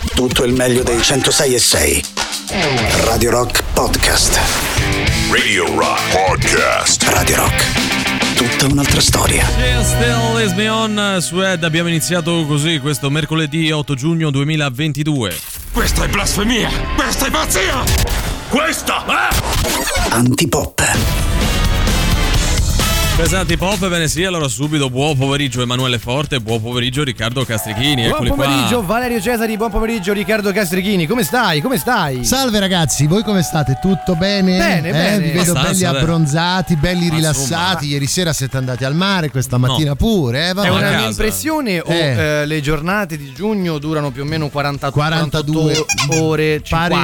Tutto il meglio dei 106.6. Radio Rock Podcast. Radio Rock Podcast. Radio Rock. Tutta un'altra storia. Still Is Me On su Ed. Abbiamo iniziato così questo mercoledì 8 giugno 2022. Questa è blasfemia! Questa è pazzia! Questa è Antipop. Pesati pop, bene sì, allora subito buon pomeriggio Emanuele Forte, buon pomeriggio Riccardo Castrichini. Buon pomeriggio Valerio Cesari, buon pomeriggio Riccardo Castrichini. Come stai? Come stai? Salve ragazzi, voi come state? Tutto bene? Bene. Vi vedo belli abbronzati, belli Ma rilassati. insomma. Ieri sera siete andati al mare, questa mattina pure. È una a mia casa. impressione o le giornate di giugno durano più o meno 42 ore,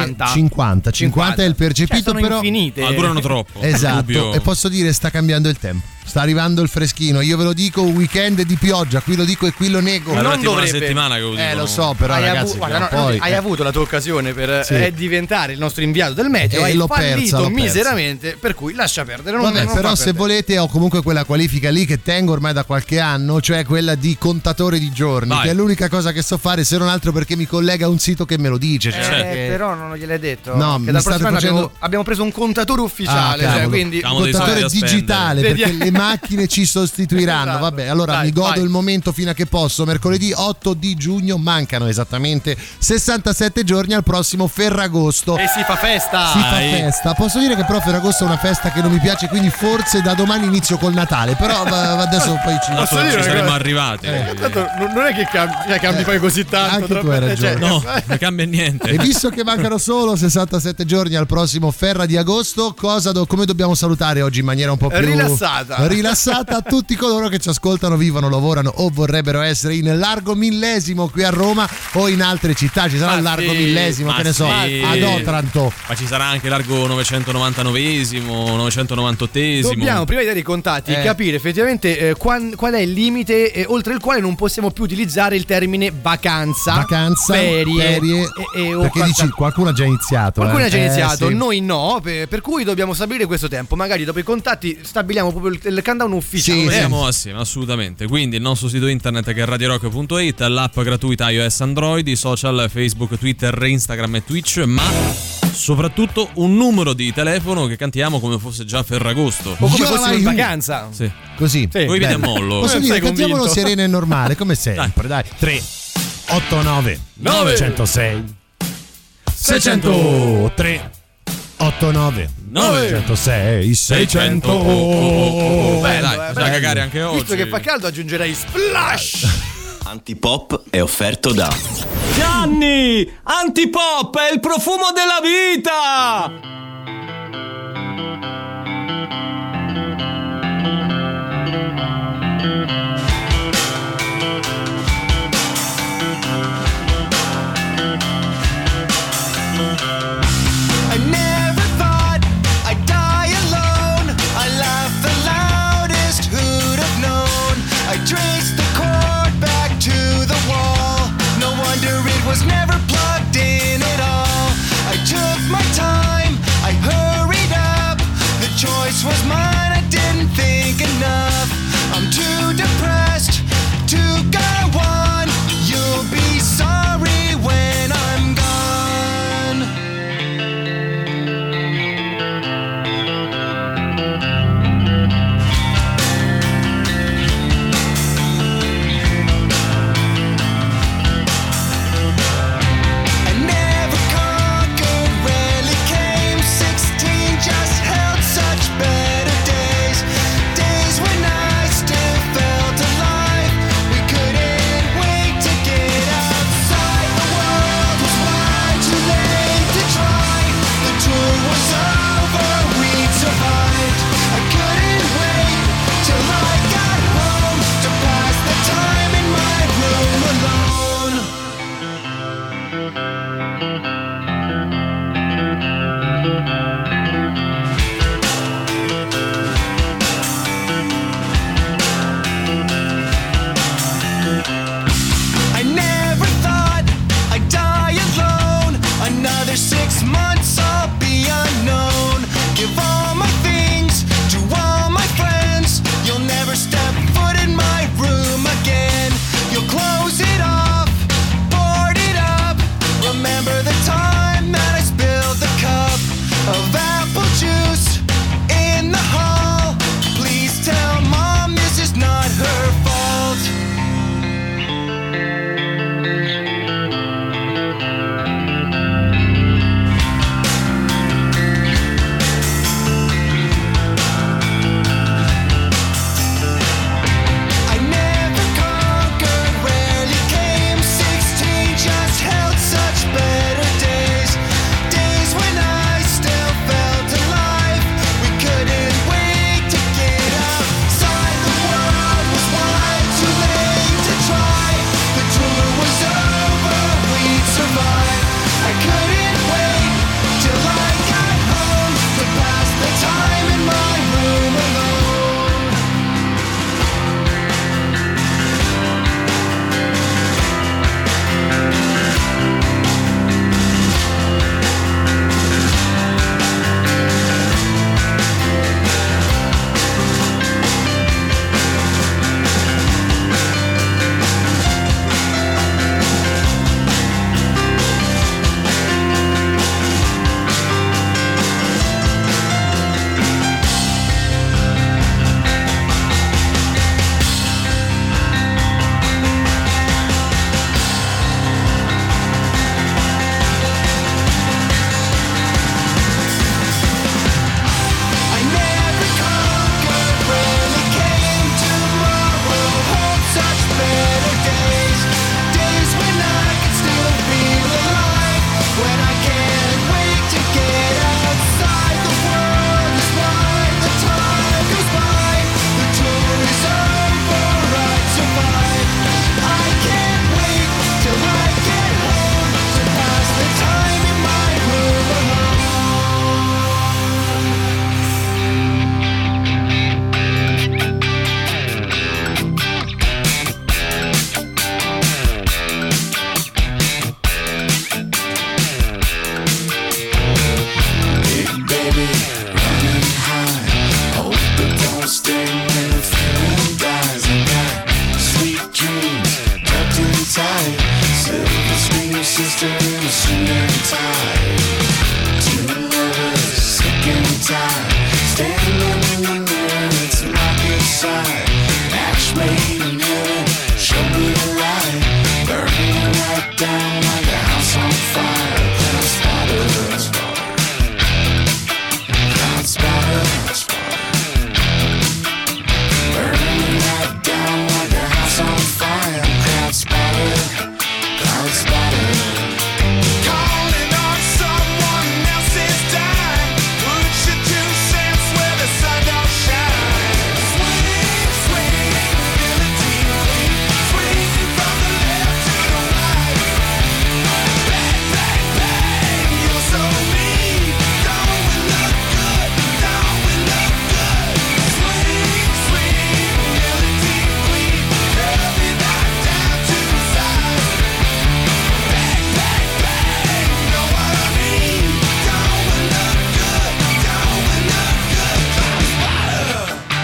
50? 50 è il percepito, sono però infinite. Ma durano troppo. esatto. Dubbio. E posso dire, sta cambiando il tempo. Sta arrivando il freschino. Io ve lo dico, weekend di pioggia. Qui lo dico e qui lo nego. Allora non tipo una dovrebbe. settimana che lo dicono. Lo so, però ragazzi, poi hai avuto la tua occasione per Sì. diventare il nostro inviato del meteo. Hai l'ho fallito persa. miseramente, per cui lascia perdere. Vabbè, non però fa se perdere. volete ho comunque quella qualifica lì che tengo ormai da qualche anno, cioè quella di contatore di giorni, Vai. che è l'unica cosa che so fare, se non altro perché mi collega a un sito che me lo dice. Cioè, che- Però non gliel'hai detto. No, che mi dal state prossimo anno facendo- abbiamo preso un contatore ufficiale. Ah, cavolo. quindi Siamo dei contatore soldi da digitale, spendere. perché le macchine ci sostituiranno. Esatto. Vabbè, allora Dai, mi godo vai. il momento fino a che posso. Mercoledì 8 di giugno mancano esattamente 67 giorni al prossimo Ferragosto. E si fa festa. Si fa Dai. festa. Posso dire che però Ferragosto è una festa che non mi piace, quindi forse da domani inizio col Natale. Però adesso poi ci Tanto dire ci una saremmo cosa? arrivati. Tanto non è che cambi poi così tanto. anche tu hai ragione. No, non cambia niente. E visto che mancano solo 67 giorni al prossimo Ferra di agosto, come dobbiamo salutare oggi in maniera un po' più rilassata tutti coloro che ci ascoltano, vivono, lavorano o vorrebbero essere in largo millesimo qui a Roma o in altre città. Ci sarà Ma il largo sì, millesimo, ma che ne so, sì. ad Otranto. Ma ci sarà anche largo 999esimo, 998esimo. Dobbiamo, prima di dare i contatti, capire effettivamente qual è il limite oltre il quale non possiamo più utilizzare il termine vacanza, ferie. O perché dici qualcuno ha già iniziato. Qualcuno ha già iniziato, sì. noi no, per cui dobbiamo stabilire questo tempo. Magari dopo i contatti stabiliamo proprio il countdown ufficiale. Sì, assolutamente. Quindi il nostro sito internet che è radiorock.it, l'app gratuita iOS Android, i social Facebook, Twitter, Instagram e Twitch, ma soprattutto un numero di telefono che cantiamo come fosse già Ferragosto. O come Io fossimo vai in giù. vacanza. Sì. Così. Sì. Voi vedi a Bello. mollo. Posso Non dire, sei cantiamolo convinto? sereno e normale, come sempre, dai. 3 89 906 600 3 89 906 600. Beh, dai, bello. bisogna cagare anche oggi. Visto che fa caldo aggiungerei splash. Antipop è offerto da Gianni! Antipop è il profumo della vita! I never thought I'd die alone. I laughed the loudest, who'd have known? I traced the cord back to the wall. No wonder it was never plugged in at all. I took my time, I hurried up. The choice was mine, I didn't think enough. I'm too depressed to go on. You'll be sorry when I'm gone. I never conquered, rarely came. 16 just held such better days. Days when I still felt alive. We couldn't wait to get outside. The world was wide, too late to try. The tour was over, we'd survived. I couldn't wait till I got home to pass the time in my room alone. I never thought I'd die alone. Another 6 months I'll be unknown. Give all my things to all my friends. You'll never step foot in my room again. You'll close it off, board it up, wasted in a suit and tie. Two lovers, sick and tired, standing in the mirror, it's rocket side. Match made in heaven, show me the light. Burning right down like a house on fire. Cloud spotter, cloud spotter. Burning right down like a house on fire. Cloud spotter, cloud spotter. Calling on someone else's dime. Put your 2 cents where the sun don't shine. Swing, swing, ability. Swing from the left to the right. Bang, bang, bang, you're so mean. Don't we look good? Don't we look good? Swing, swing, ability queen. Girl, be knocked down to the side. Bang, bang, bang, know what I mean? Don't we look good? Don't we look good? Cloud spotter.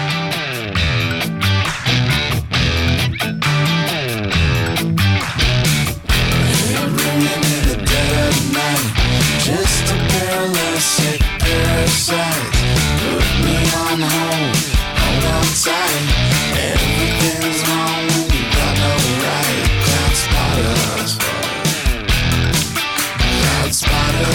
Ringing in the dead of night, just a paralytic parasite. Put me on hold on tight. Everything's wrong when you got no right. Cloud spotter, cloud spotter.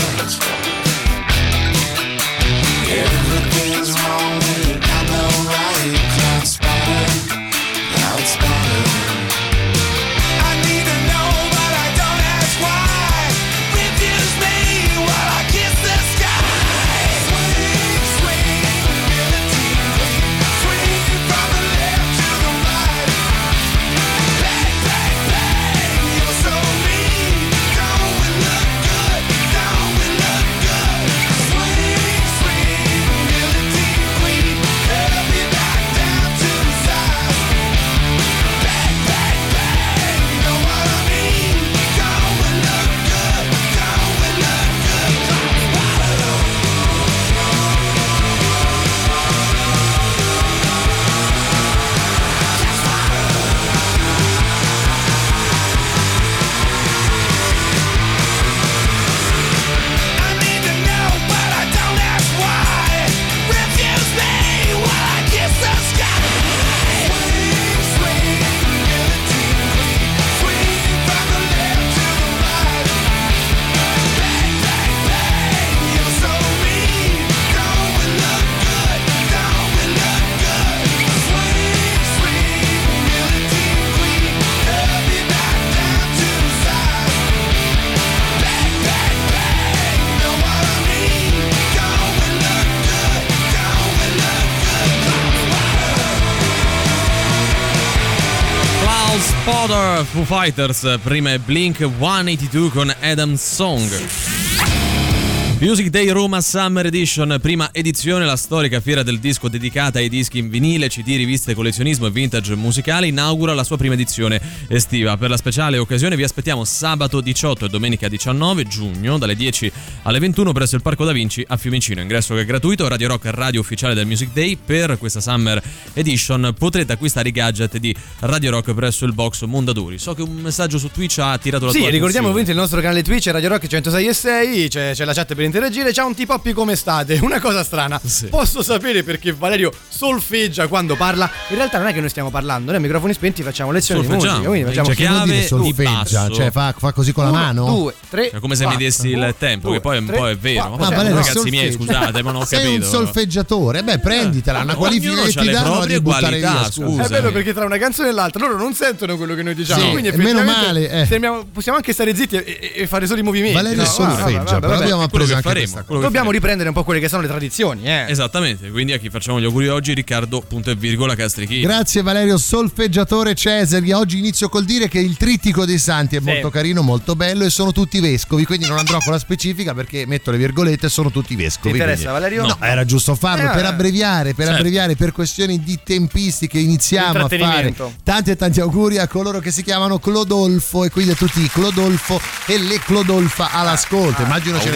Everything's wrong when you got no right. Cloud spotter, cloud spotter. I need to know, but I don't ask why. Refuse me while I kiss the sky. Swing, swing, ability queen. Swing from the left to the right. Bang, bang, bang, you're so mean. Don't we look good? Don't we look good? Swing, swing, ability queen. Help me back down to the side. Bang, bang, bang, know what I mean? Don't we look good? Don't we look good? I need to know, but I don't ask why. Refuse me while I kiss the sky. Swing, swing, ability queen. Swing from the left to the right. Bang, bang, bang, you're so mean. Don't we look good? Don't we look good? Swing, swing, ability queen. Help me back down to the side. Bang, bang, bang, know what I mean? Don't we look good? Don't we look good? Cloud Spotter, Foo Fighters, prima è Blink 182 con Adam's Song. Music Day Roma Summer Edition, prima edizione, la storica fiera del disco dedicata ai dischi in vinile, CD, riviste, collezionismo e vintage musicale, inaugura la sua prima edizione estiva. Per la speciale occasione vi aspettiamo sabato 18 e domenica 19 giugno dalle 10 alle 21 presso il Parco Da Vinci a Fiumicino. Ingresso che è gratuito. Radio Rock, radio ufficiale del Music Day. Per questa Summer Edition potrete acquistare i gadget di Radio Rock presso il box Mondadori. So che un messaggio su Twitch ha attirato la tua attenzione. Sì, ricordiamo ovviamente il nostro canale Twitch, Radio Rock 106.6, c'è la chat per interagire. Ciao Antipoppi, come state? Una cosa strana, sì. Posso sapere perché Valerio solfeggia quando parla? In realtà non è che noi stiamo parlando, noi a microfoni spenti facciamo lezioni di musica, quindi facciamo chiave solfeggia, cioè fa così con la mano. 1, 2, 3, cioè come se mi dessi il tempo, che poi un po' è vero. Ma Valerio, ragazzi miei, scusate, ma non ho capito. Sei un solfeggiatori, beh, prenditela, una qualifica che ti danno di buttare via, scusa. È vero, perché tra una canzone e l'altra loro non sentono quello che noi diciamo, sì, quindi meno male, possiamo anche stare zitti e fare solo i movimenti. Valerio solfeggia, però abbiamo appreso anche questa cosa. Dobbiamo riprendere un po' quelle che sono le tradizioni, Esattamente, quindi a chi facciamo gli auguri oggi, Riccardo punto e virgola Castrichini. Grazie Valerio, solfeggiatore Cesari. Oggi inizio col dire che il trittico dei santi è molto carino, molto bello e sono tutti vescovi, quindi non andrò con la specifica perché metto le virgolette, sono tutti vescovi. Ti interessa, quindi... Valerio? No, era giusto farlo per abbreviare, per questioni di tempistiche iniziamo a fare tanti e tanti auguri a coloro che si chiamano Clodolfo e quindi a tutti i Clodolfo e le Clodolfa all'ascolto. Immagino ce ne siano tanti.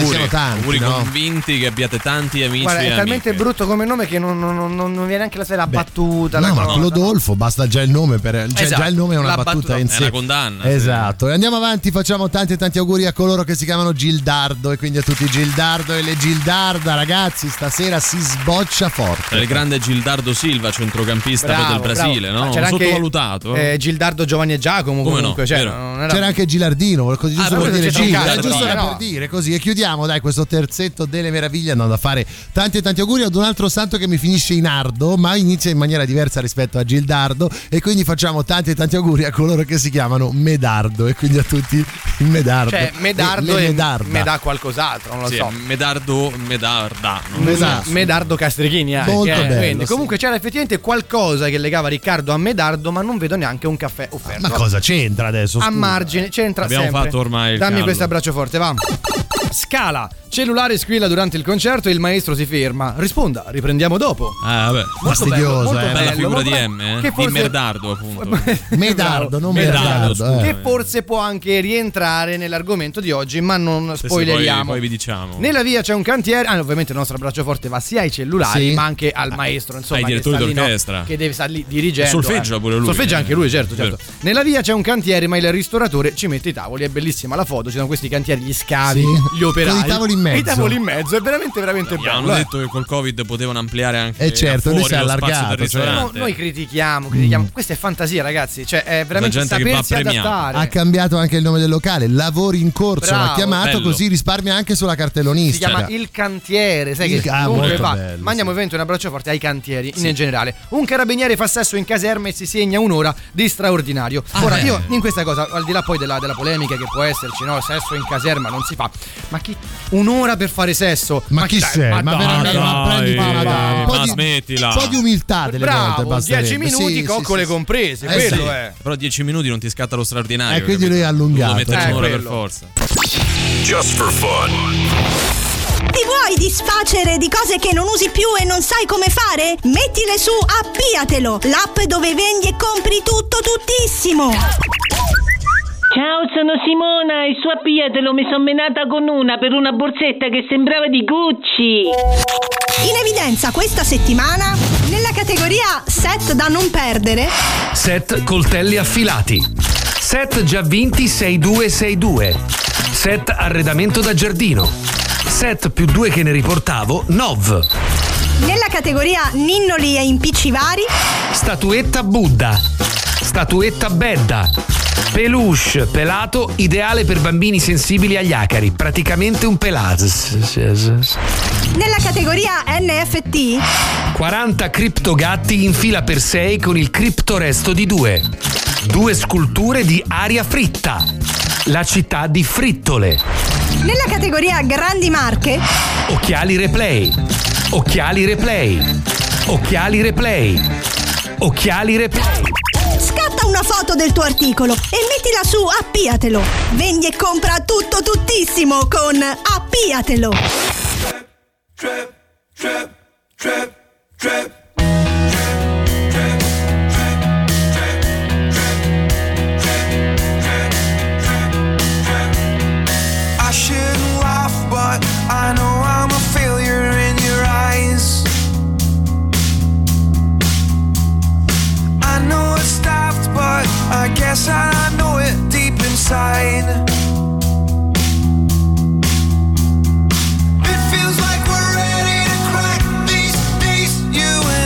tanti, auguri no? convinti che abbiate tanti amici. Guarda, e è talmente amiche. brutto come nome che non viene neanche la battuta. No, la ma cosa, Clodolfo, basta già il nome Esatto, già il nome è una la battuta battuta. in È sé. una condanna. Esatto. E andiamo avanti, facciamo tanti auguri a coloro che si chiamano Gildardo, e quindi a tutti Gildardo e le Gildarda, ragazzi, stasera si sboccia forte. Il grande Gildardo Silva, centrocampista Bravo, del Brasile, bravo. no? C'era anche, sottovalutato. Gildardo, Giovanni e Giacomo. Come comunque, no, cioè, vero. non era... C'era anche Gilardino, così giusto per dire c'è un cazzo, giusto però, per dire così. E chiudiamo dai questo terzetto delle meraviglie andando a fare tanti auguri ad un altro santo che mi finisce in Ardo, ma inizia in maniera diversa rispetto a Gildardo, e quindi facciamo tanti auguri a coloro che si chiamano Medardo, e quindi a tutti il Medardo. Cioè, Medardo e e Medarda. me dà qualcos'altro, non lo Sì, so. Medarda. Esatto. Medardo Castrichini anche. Molto bello, Quindi, sì. comunque c'era effettivamente qualcosa che legava Riccardo a Medardo, ma non vedo neanche un caffè offerto. Ma cosa c'entra adesso? A scusa? margine, c'entra Abbiamo sempre. fatto ormai il Dammi callo. questo abbraccio forte, va. Scala, cellulare squilla durante il concerto e il maestro si ferma. Risponda, riprendiamo dopo. Vabbè. Fastidioso, molto eh. Bella figura molto di bello. M, Che Di forse- Merdardo, appunto. Medardo, non Medardo, Medardo. Che forse può anche rientrare nell'argomento di oggi, ma non Sì, spoileriamo. poi vi diciamo. Nella via c'è un cantiere. Ovviamente il nostro abbraccio forte va sia ai cellulari, Sì. ma anche al maestro, insomma, Ai che direttori sta lì, no, d'orchestra. che deve stare lì dirigendo. Solfeggia pure lui. Solfeggia anche lui, certo. Vero. Nella via c'è un cantiere, ma il ristoratore ci mette i tavoli. È bellissima la foto. Ci sono questi cantieri, gli scavi, Sì. gli operai. Con i tavoli in mezzo. I tavoli in mezzo, è veramente Gli hanno bello. detto che col Covid potevano ampliare anche certo, lui fuori si è lo spazio allargato, del cioè. ristorante. Noi critichiamo. Questa è fantasia, ragazzi. Cioè, è veramente gente che va sapersi premiata. adattare. Ha cambiato anche il nome del locale, Lavori in Corso Bravo, l'ha chiamato, bello. così risparmia anche sulla Si cartellonistica. chiama Il Cantiere, sai Il- che ah, comunque molto va. bello, Mandiamo sì. ovviamente un abbraccio forte ai cantieri in generale. Un carabiniere fa sesso in caserma e si segna un'ora di straordinario. Ora io in questa cosa, al di là poi della polemica che può esserci, no, sesso in caserma non si fa. Ma chi un'ora per fare sesso? Ma chi sei? Ma dai, veramente, ma dai, prenditi una dai, un po' ma di, smettila. un po' di umiltà delle volte Bravo, basterebbe. 10 minuti, Sì, coccole sì, sì. comprese, Eh quello sì. è. Però 10 minuti non ti scatta lo straordinario. Quindi capito? lui è allungato. Lo mettere un'ora per quello. forza. Just for fun. Ti vuoi disfacere di cose che non usi più e non sai come fare? Mettile su Appiatelo, l'app dove vendi e compri tutto tuttissimo. Ciao, sono Simona e su Appiatelo mi sono menata con per una borsetta che sembrava di Gucci. In evidenza questa settimana, nella categoria set da non perdere, Set coltelli affilati. Set già vinti 6262. Set arredamento da giardino. Set più 2 che ne riportavo, Nov. nella categoria ninnoli e impicci vari, Statuetta Buddha. Statuetta Bedda. Peluche pelato ideale per bambini sensibili agli acari, praticamente un pelaz. nella categoria NFT, 40 criptogatti in fila per 6 con il criptoresto di 2. 2 sculture di aria fritta. La città di Frittole. nella categoria grandi marche, Occhiali Replay. Occhiali Replay. Occhiali Replay. Occhiali Replay. scatta una foto del tuo articolo e mettila su Appiatelo. Vendi e compra tutto tuttissimo con Appiatelo. I shouldn't laugh, but I know I'm a failure in your eyes. I know it's daft, but I guess I know it deep inside. It feels like we're ready to crack these, you and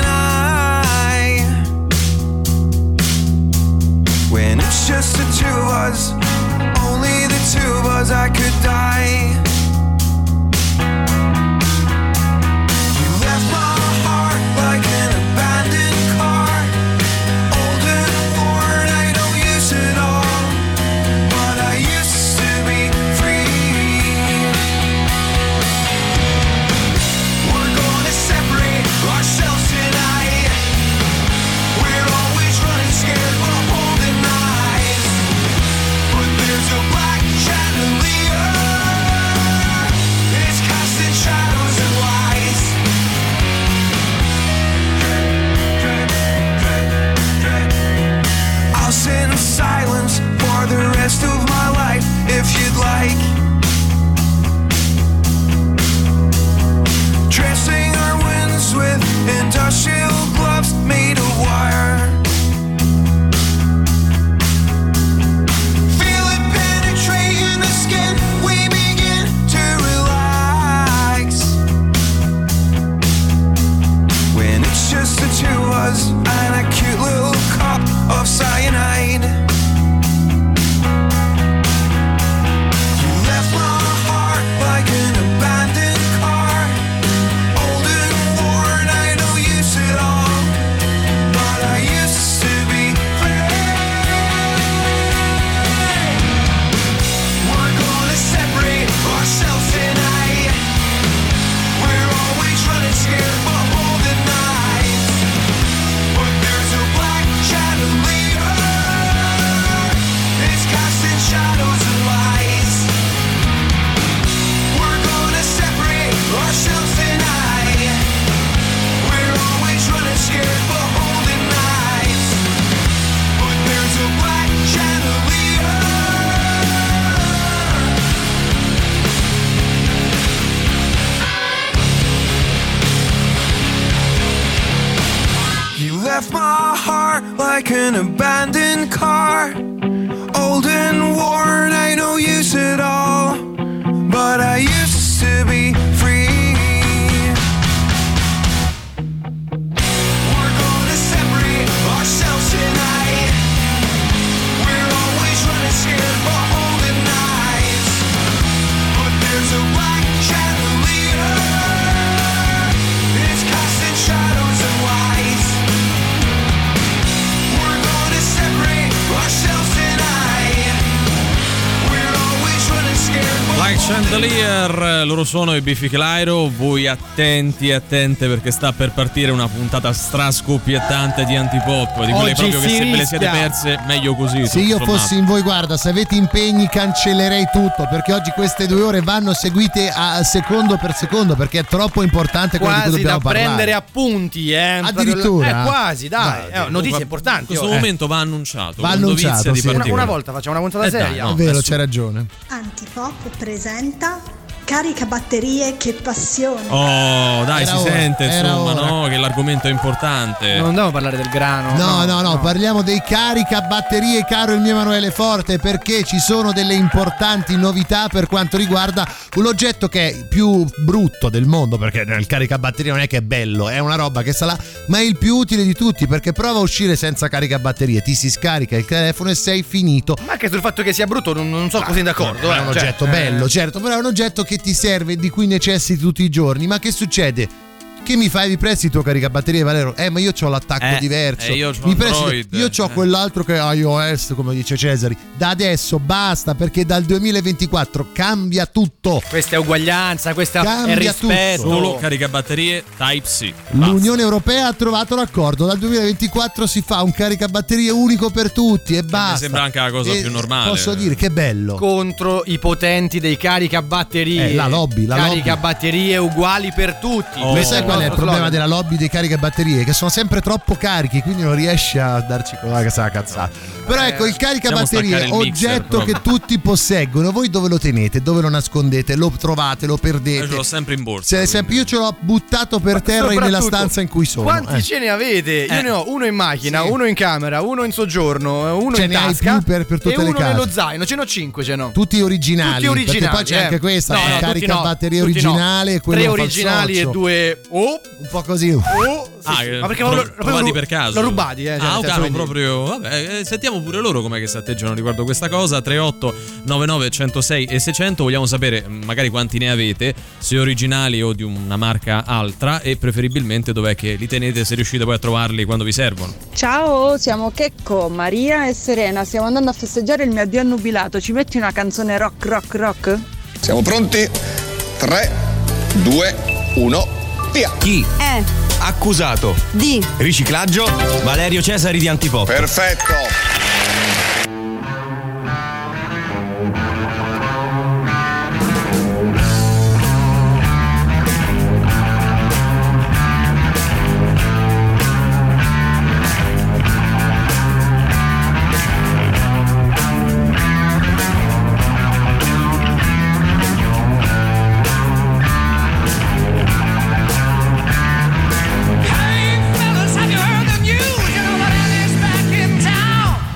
like an abandoned car, old and worn, ain't no use at all. But I used to be free. We're gonna separate ourselves tonight. We're always running scared for holding knives. But there's a black chandelier. It's casting shadows and lights. We're gonna separate ourselves tonight. We're always running scared for Black Chandelier, loro sono i Biffy Clyro. Voi attenti e attente perché sta per partire una puntata strascoppiettante di Antipop, di quelle proprio che se ve le siete perse meglio così. Se io fossi in voi, guarda, se avete impegni cancellerei tutto, perché oggi queste 2 ore vanno seguite a secondo per secondo, perché è troppo importante quello di cui dobbiamo parlare. Quasi da prendere appunti, addirittura quasi, dai, notizie importanti. In questo momento va annunciato. Va annunciato, di sì. Una volta facciamo una puntata seria. È vero, c'è ragione. Antipop presenta Carica batterie, che passione. Oh, dai, Era si ora, sente era insomma, ora. no? Che l'argomento è importante. Non andiamo a parlare del grano. No, parliamo dei caricabatterie, caro il mio Emanuele Forte, perché ci sono delle importanti novità per quanto riguarda l'oggetto che è più brutto del mondo, perché il caricabatterie non è che è bello, è una roba che sta là, ma è il più utile di tutti, perché prova a uscire senza caricabatterie, ti si scarica il telefono e sei finito. Ma anche sul fatto che sia brutto non sono così d'accordo. È un oggetto bello, certo, però è un oggetto che ti serve, di cui necessiti tutti i giorni. Ma che succede? Che mi fai? Mi presti il tuo caricabatterie, Valero? Ma io ho l'attacco diverso. Io c'ho mi Android. Io ho quell'altro che è iOS, come dice Cesari. Da adesso basta, perché dal 2024 cambia tutto. Questa è uguaglianza, questa Cambia è rispetto. tutto. Solo caricabatterie Type-C. L'Unione Europea ha trovato l'accordo. Dal 2024 si fa un caricabatterie unico per tutti e basta. Mi sembra anche la cosa più normale. Posso dire che bello. Contro i potenti dei caricabatterie. La lobby. Caricabatterie uguali per tutti. Sai qual è il problema della lobby dei caricabatterie? Che sono sempre troppo carichi, quindi non riesci a darci con la cazzata. Però ecco, il caricabatterie, oggetto che tutti posseggono. Voi dove lo tenete? Dove lo nascondete? Lo trovate? Lo perdete? Io ce l'ho sempre in borsa. Io ce l'ho buttato per terra nella stanza in cui sono. Quanti ce ne avete? Io ne ho uno in macchina, uno in camera, uno in soggiorno, uno in tasca. Hai più per tutte e le uno case. nello zaino. Ce n'ho 5, ce n'ho. Tutti originali. Perché poi c'è anche questa, il caricabatterie originale e quello 3 originali e 2 un po' così. Ma perché lo rubati per caso? L'ho rubati, proprio. Vabbè, sentiamo pure loro com'è che si atteggiano riguardo questa cosa. 38 99 106 e 600. Vogliamo sapere magari quanti ne avete, se originali o di una marca altra, e preferibilmente dov'è che li tenete, se riuscite poi a trovarli quando vi servono. Ciao, siamo Checco, Maria e Serena. Stiamo andando a festeggiare il mio addio annubilato. Ci metti una canzone rock? Siamo pronti? 3, 2, 1, via. Chi? Accusato. Di Riciclaggio. Valerio Cesari di Antipop. Perfetto. Hey fellas, have you heard the news? You know that Annie's back in town.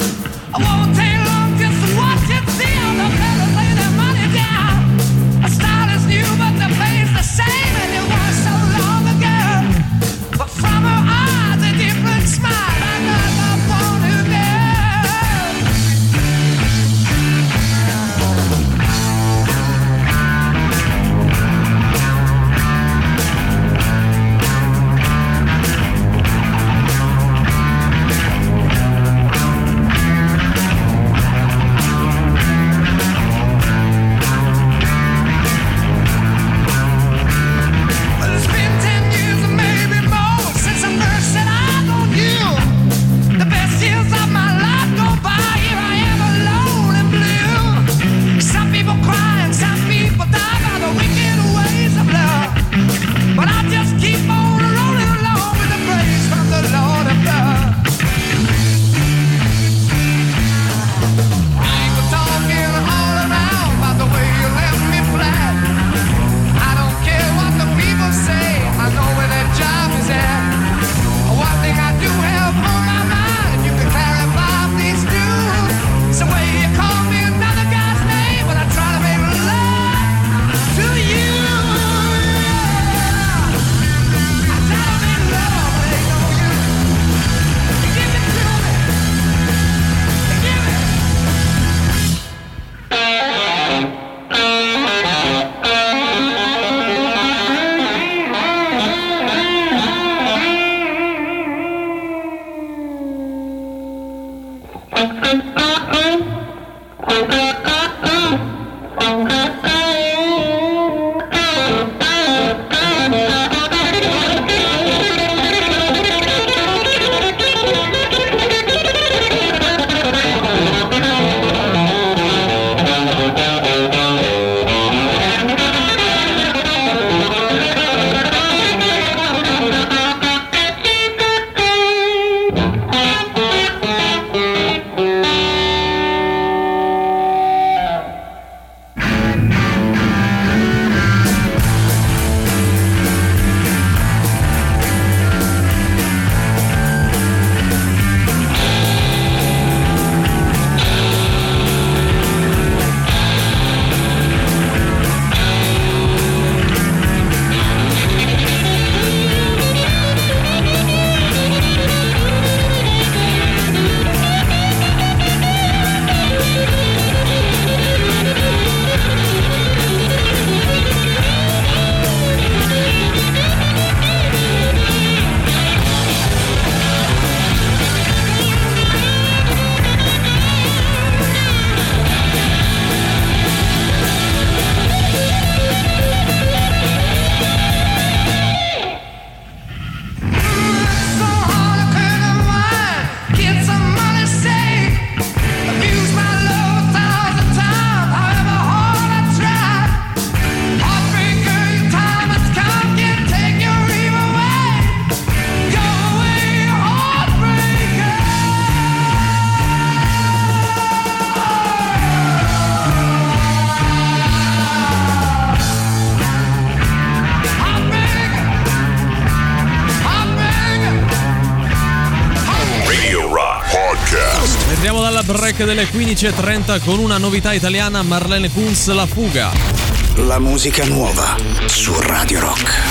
break delle 15.30 con una novità italiana, Marlene Kunz, La fuga. La musica nuova su Radio Rock.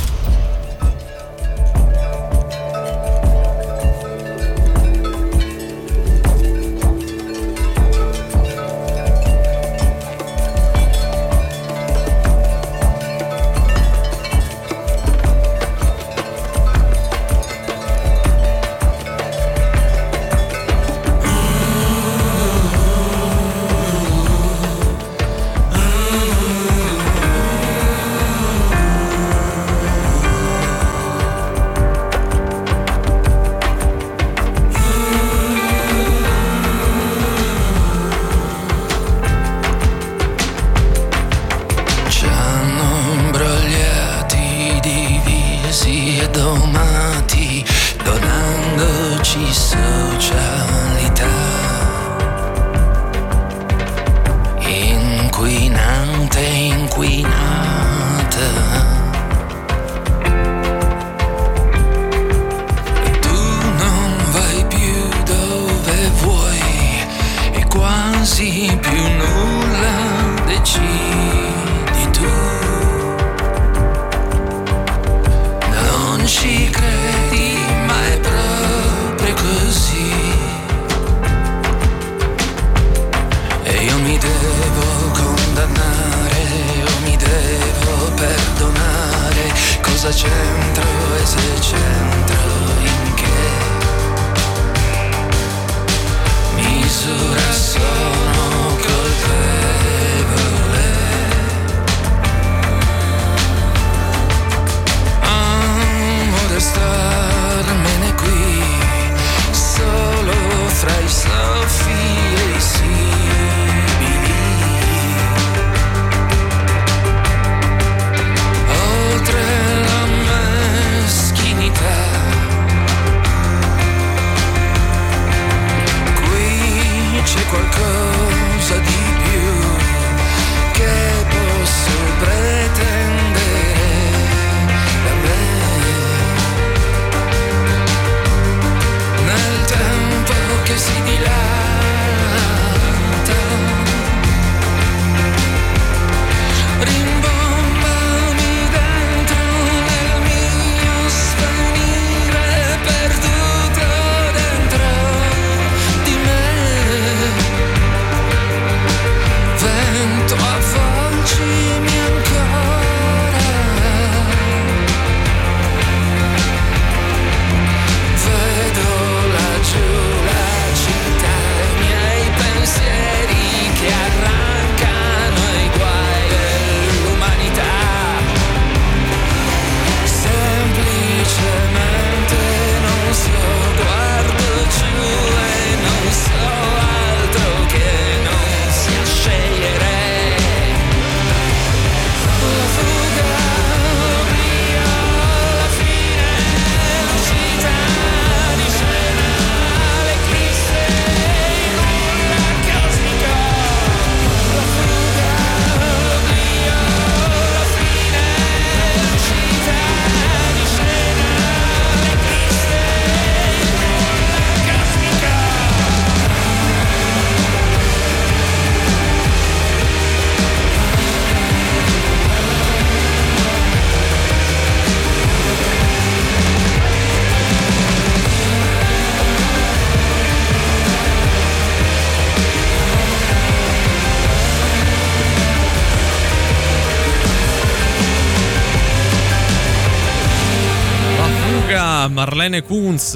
Marlene Kunz.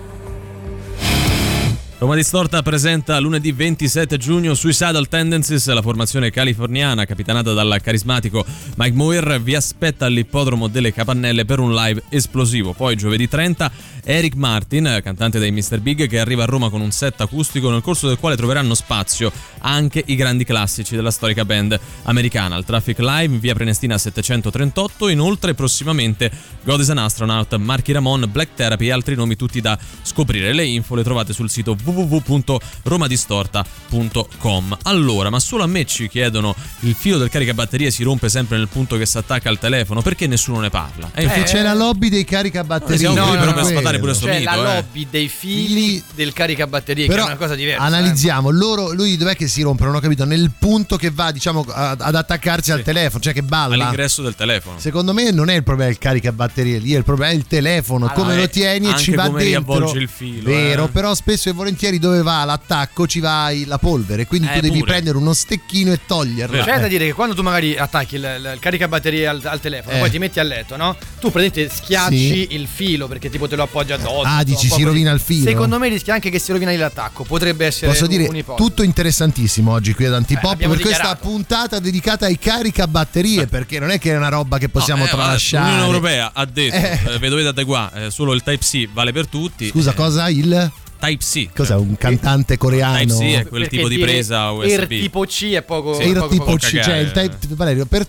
Roma Distorta presenta lunedì 27 giugno Suicidal Tendencies, la formazione californiana capitanata dal carismatico Mike Muir vi aspetta all'ippodromo delle Capannelle per un live esplosivo. Poi giovedì 30 Eric Martin, cantante dei Mr. Big, che arriva a Roma con un set acustico nel corso del quale troveranno spazio anche i grandi classici della storica band americana. Al Traffic Live in via Prenestina 738, inoltre prossimamente God is an Astronaut, Marky Ramone, Black Therapy e altri nomi tutti da scoprire. Le info le trovate sul sito www.radiorock.it. www.romadistorta.com. Allora, ma solo a me ci chiedono, il filo del caricabatterie si rompe sempre nel punto che si attacca al telefono, perché nessuno ne parla? C'è la lobby dei caricabatterie. Però per sfatare pure sto c'è mito, la lobby dei fili del caricabatterie, però che è una cosa diversa. analizziamo, lui dov'è che si rompe? Non ho capito, nel punto che va, diciamo, ad attaccarsi al telefono, cioè che balla all'ingresso del telefono. Secondo me non è il problema il caricabatterie, lì è il problema è il telefono, come lo tieni e ci va come dentro. Riavvolge il filo, vero, però spesso e volentieri dove va l'attacco ci va la polvere, quindi tu devi prendere uno stecchino e toglierla. C'è da dire che quando tu magari attacchi il caricabatterie al telefono, poi ti metti a letto, no? Tu praticamente schiacci il filo perché tipo te lo appoggi addosso. Dici si rovina il filo. Secondo me rischia anche che si rovina l'attacco. Potrebbe essere Posso dire un'ipotesi. tutto interessantissimo oggi qui ad Antipop per questa dichiarato. puntata dedicata ai caricabatterie, perché non è che è una roba che possiamo tralasciare. L'Unione Europea ha detto vi dovete adeguare, solo il Type-C vale per tutti. Scusa, cosa il Type-C? Cos'è, un cantante coreano? Type-C è quel tipo di presa USB. Il tipo C è poco. Il tipo C, cioè il type, Valerio, per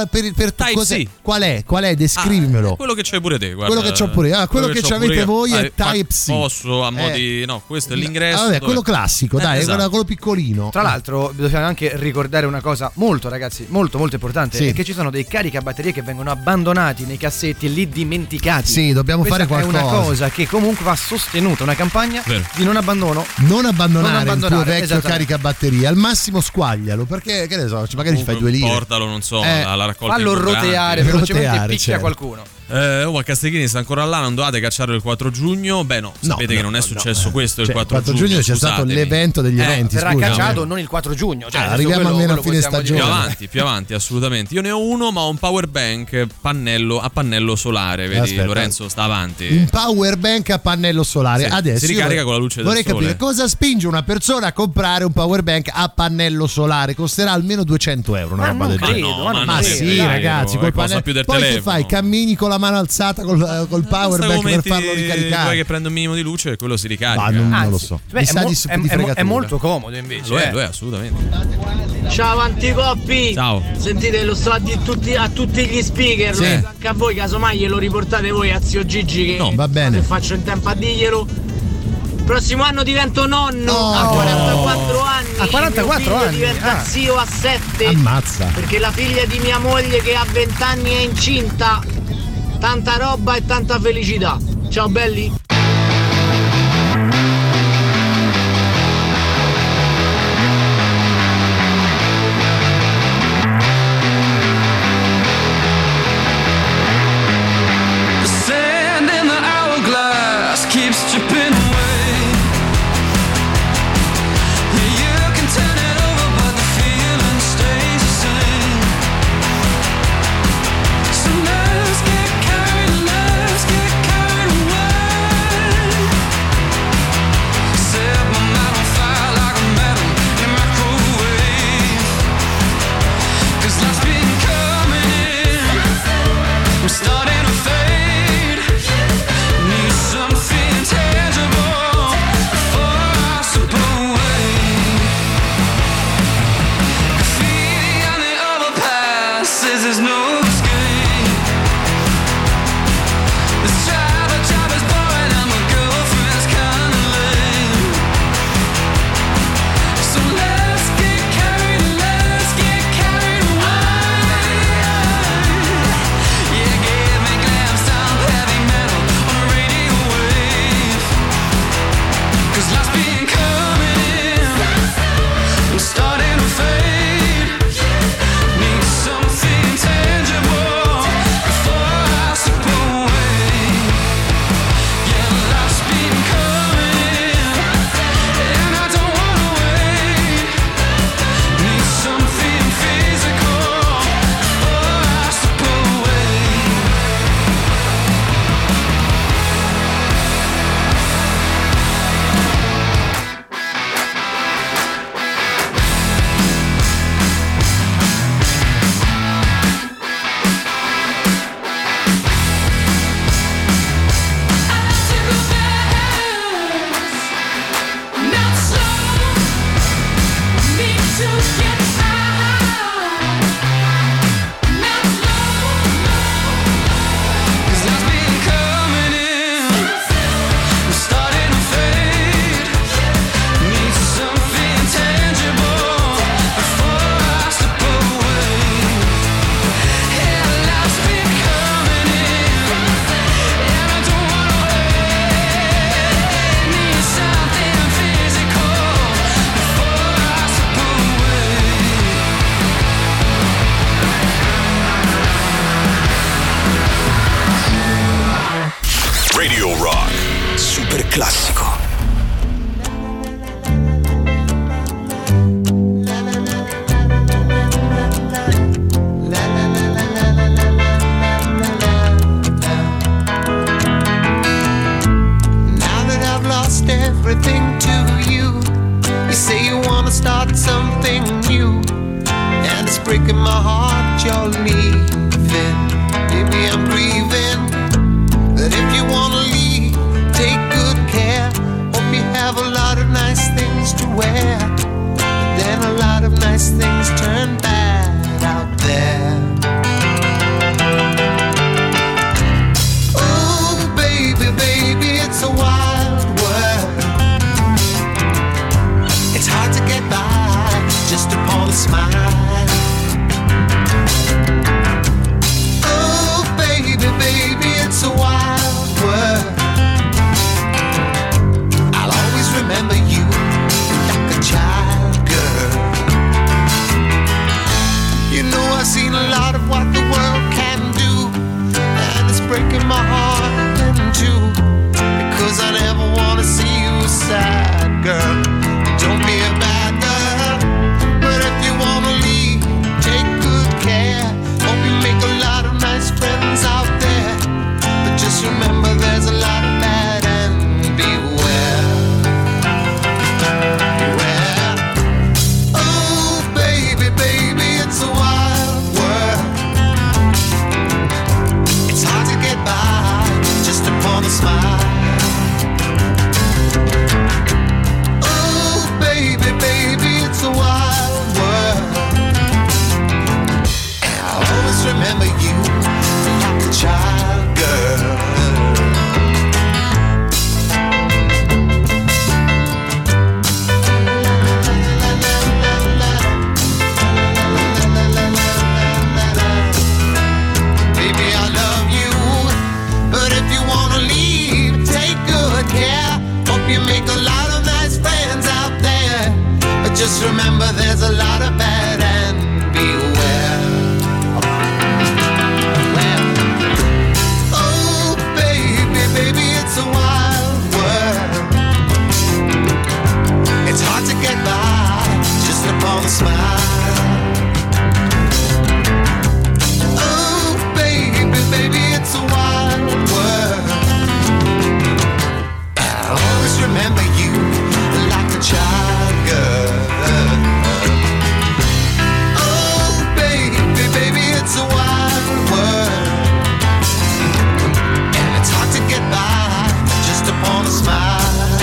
Type-C. Qual è? Descrivimelo. Quello che c'hai pure te, guarda. Quello che c'ho pure io. Quello che avete voi è Type-C. Posso a mo' di no, questo è l'ingresso. Vabbè, quello classico, dai, esatto. quello piccolino. Tra l'altro bisogna anche ricordare una cosa molto, ragazzi, molto importante, è che ci sono dei caricabatterie che vengono abbandonati nei cassetti, lì dimenticati. Sì, dobbiamo Questa fare qualcosa. È una cosa che comunque va sostenuta, una campagna di non abbandono. Non abbandonare il tuo vecchio caricabatterie, al massimo squaglialo, perché che ne so, magari ci fai 2 lire. Portalo, non so, alla raccolta. Fallo roteare velocemente e picchia qualcuno. A Castiglini sta ancora là, non dovete cacciarlo il 4 giugno. Beh, no, sapete che non è successo questo il 4 giugno. C'è stato l'evento degli eventi. Verrà cacciato non il 4 giugno. Cioè arriviamo almeno a fine stagione. Più avanti, assolutamente. Io ne ho uno, ma ho un power bank a pannello solare. Vedi, Lorenzo sta avanti. Un power bank a pannello solare. Adesso si ricarica con la luce del sole. Vorrei capire cosa spinge una persona a comprare un power bank a pannello solare. Costerà almeno 200 euro. Una roba del genere. Ma sì, ragazzi, col pannello. Poi che fai? Cammini con la mano alzata col power bank per farlo ricaricare. Poi che prende un minimo di luce e quello si ricarica. Non lo so. È molto comodo invece. Lo è assolutamente. Ciao Anticoppi. Ciao. Sentite, lo sto a tutti gli speaker. Sì. Anche a voi, casomai glielo riportate voi a zio Gigi, che va bene. Se faccio in tempo a dirglielo. Prossimo anno divento nonno a 44 anni. A 44 mio figlio anni diventa zio a 7. Ammazza. Perché la figlia di mia moglie che ha 20 anni è incinta. Tanta roba e tanta felicità. Ciao belli. Let's get carried away. classico. Everything to you. You say you wanna start something new, and it's breaking my heart you're leaving. Maybe I'm grieving, but if you wanna leave, take good care. Hope you have a lot of nice things to wear, but then a lot of nice things turn bad out there. Oh baby, baby, it's a wild world. It's hard to get by just upon a smile. Oh baby, baby, it's a wild world. I'll always remember you like a child, girl. You know I've seen a lot of what the world can do, and it's breaking my heart in two, because I never wanna see you sad, girl. Don't be a bad girl, but if you wanna leave, take good care. Hope you make a lot of nice friends out there, but just remember there's a lot of bad and beware. Beware. Oh baby, baby, it's a wild world. It's hard to get by just upon a smile. Baby, baby, it's a wild world. And I'll always remember you like a child, girl. Baby, I love you, but if you wanna leave, take good care. Hope you make a lot of nice friends out there, but just remember there's a lot of bad and beware. Oh baby, baby, it's a wild world. It's hard to get by just upon a smile. Oh baby, baby, it's a wild world. I'll always remember you like a child, girl. Oh baby, baby, it's a wild world, and it's hard to get by just upon a smile.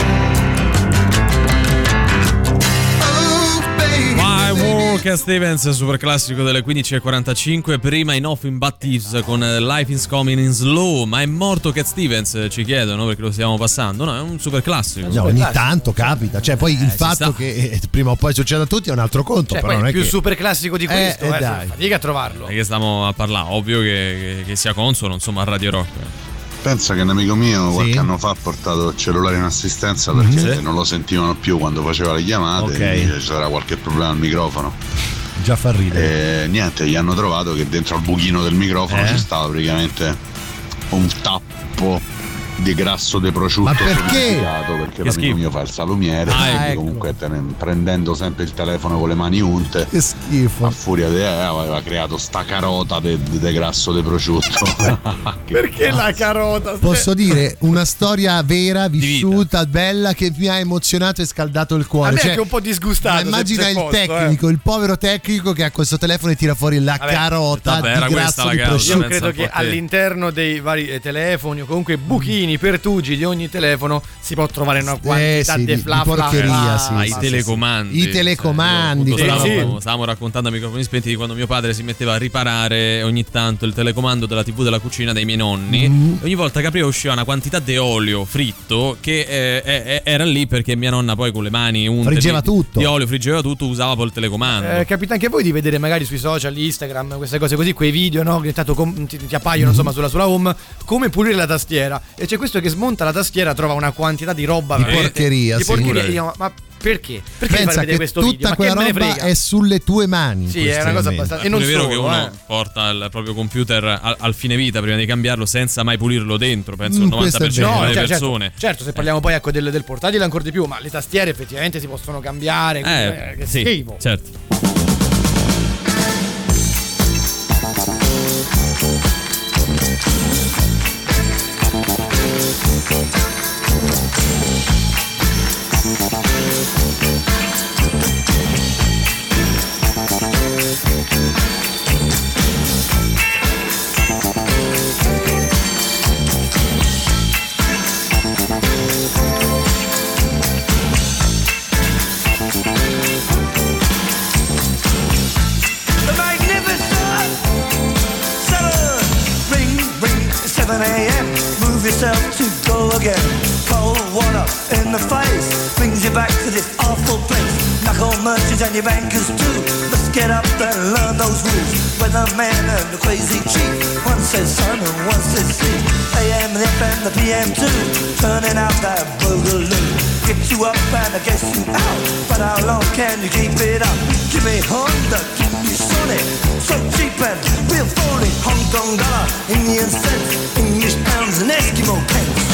Oh baby, Why Walker Stevens, super classico delle 15:45. Prima in Off in Bad Thieves con Life is Coming in Slow. Ma è morto Cat Stevens? Ci chiedono, perché lo stiamo passando. No, è un super classico. No, ogni tanto capita. Cioè, poi il fatto che prima o poi succeda a tutti è un altro conto. Cioè, però poi non è più che... super classico di questo, dai. fatica a trovarlo. Che stiamo a parlare, ovvio che sia consono, insomma, a Radio Rock. Pensa che un amico mio qualche anno fa ha portato il cellulare in assistenza perché non lo sentivano più quando faceva le chiamate, e c'era qualche problema al microfono. Già fa ridere. E niente, gli hanno trovato che dentro al buchino del microfono ci stava praticamente un tappo di grasso di prosciutto. Ma perché? Perché l'amico mio fa il salumiere, quindi comunque prendendo sempre il telefono con le mani unte, che schifo, a furia aveva creato sta carota di grasso di prosciutto. Perché la carota? Posso dire una storia vera, vissuta, bella, che mi ha emozionato e scaldato il cuore. A me è anche un po' disgustato. Immagina il tecnico, il povero tecnico che ha questo telefono e tira fuori la carota di grasso di prosciutto. Io credo che all'interno dei vari telefoni o comunque buchini, pertugi di ogni telefono si può trovare una quantità di porcheria, i telecomandi. I telecomandi. Stavamo raccontando a microfoni spenti di quando mio padre si metteva a riparare ogni tanto il telecomando della TV della cucina dei miei nonni. Ogni volta che apriva usciva una quantità di olio fritto che era lì perché mia nonna poi con le mani unte friggeva tutto di olio, friggeva tutto, usava poi il telecomando. Capita anche a voi di vedere magari sui social, Instagram, queste cose così, quei video, no? Che intanto ti appaiono insomma sulla home, come pulire la tastiera, e c'è questo che smonta la tastiera, trova una quantità di roba di porcheria, di porcheria. Ma Perché? Perché pensa far vedere che questo tutta video? Ma quella che me ne roba frega? è sulle tue mani. Sì, è una cosa abbastanza. E non è vero che solo, uno porta il proprio computer al fine vita prima di cambiarlo senza mai pulirlo dentro. Penso il 90% delle persone. Certo, se parliamo poi ecco del portatile ancora di più, ma le tastiere effettivamente si possono cambiare. Che sì, schifo. certo. To go again. Cold water in the face brings you back to this awful place. Knuckle merchants and your bankers too must get up and learn those rules. Weatherman and the crazy chief, one says sun and one says sea. AM, the FM, the PM too, turning out that boogaloo. Get you up and I guess you out, but how long can you keep it up? Give me Honda, give me Sonic, so cheap and real phony. Hong Kong dollar, Indian cents, English pounds and Eskimo pence.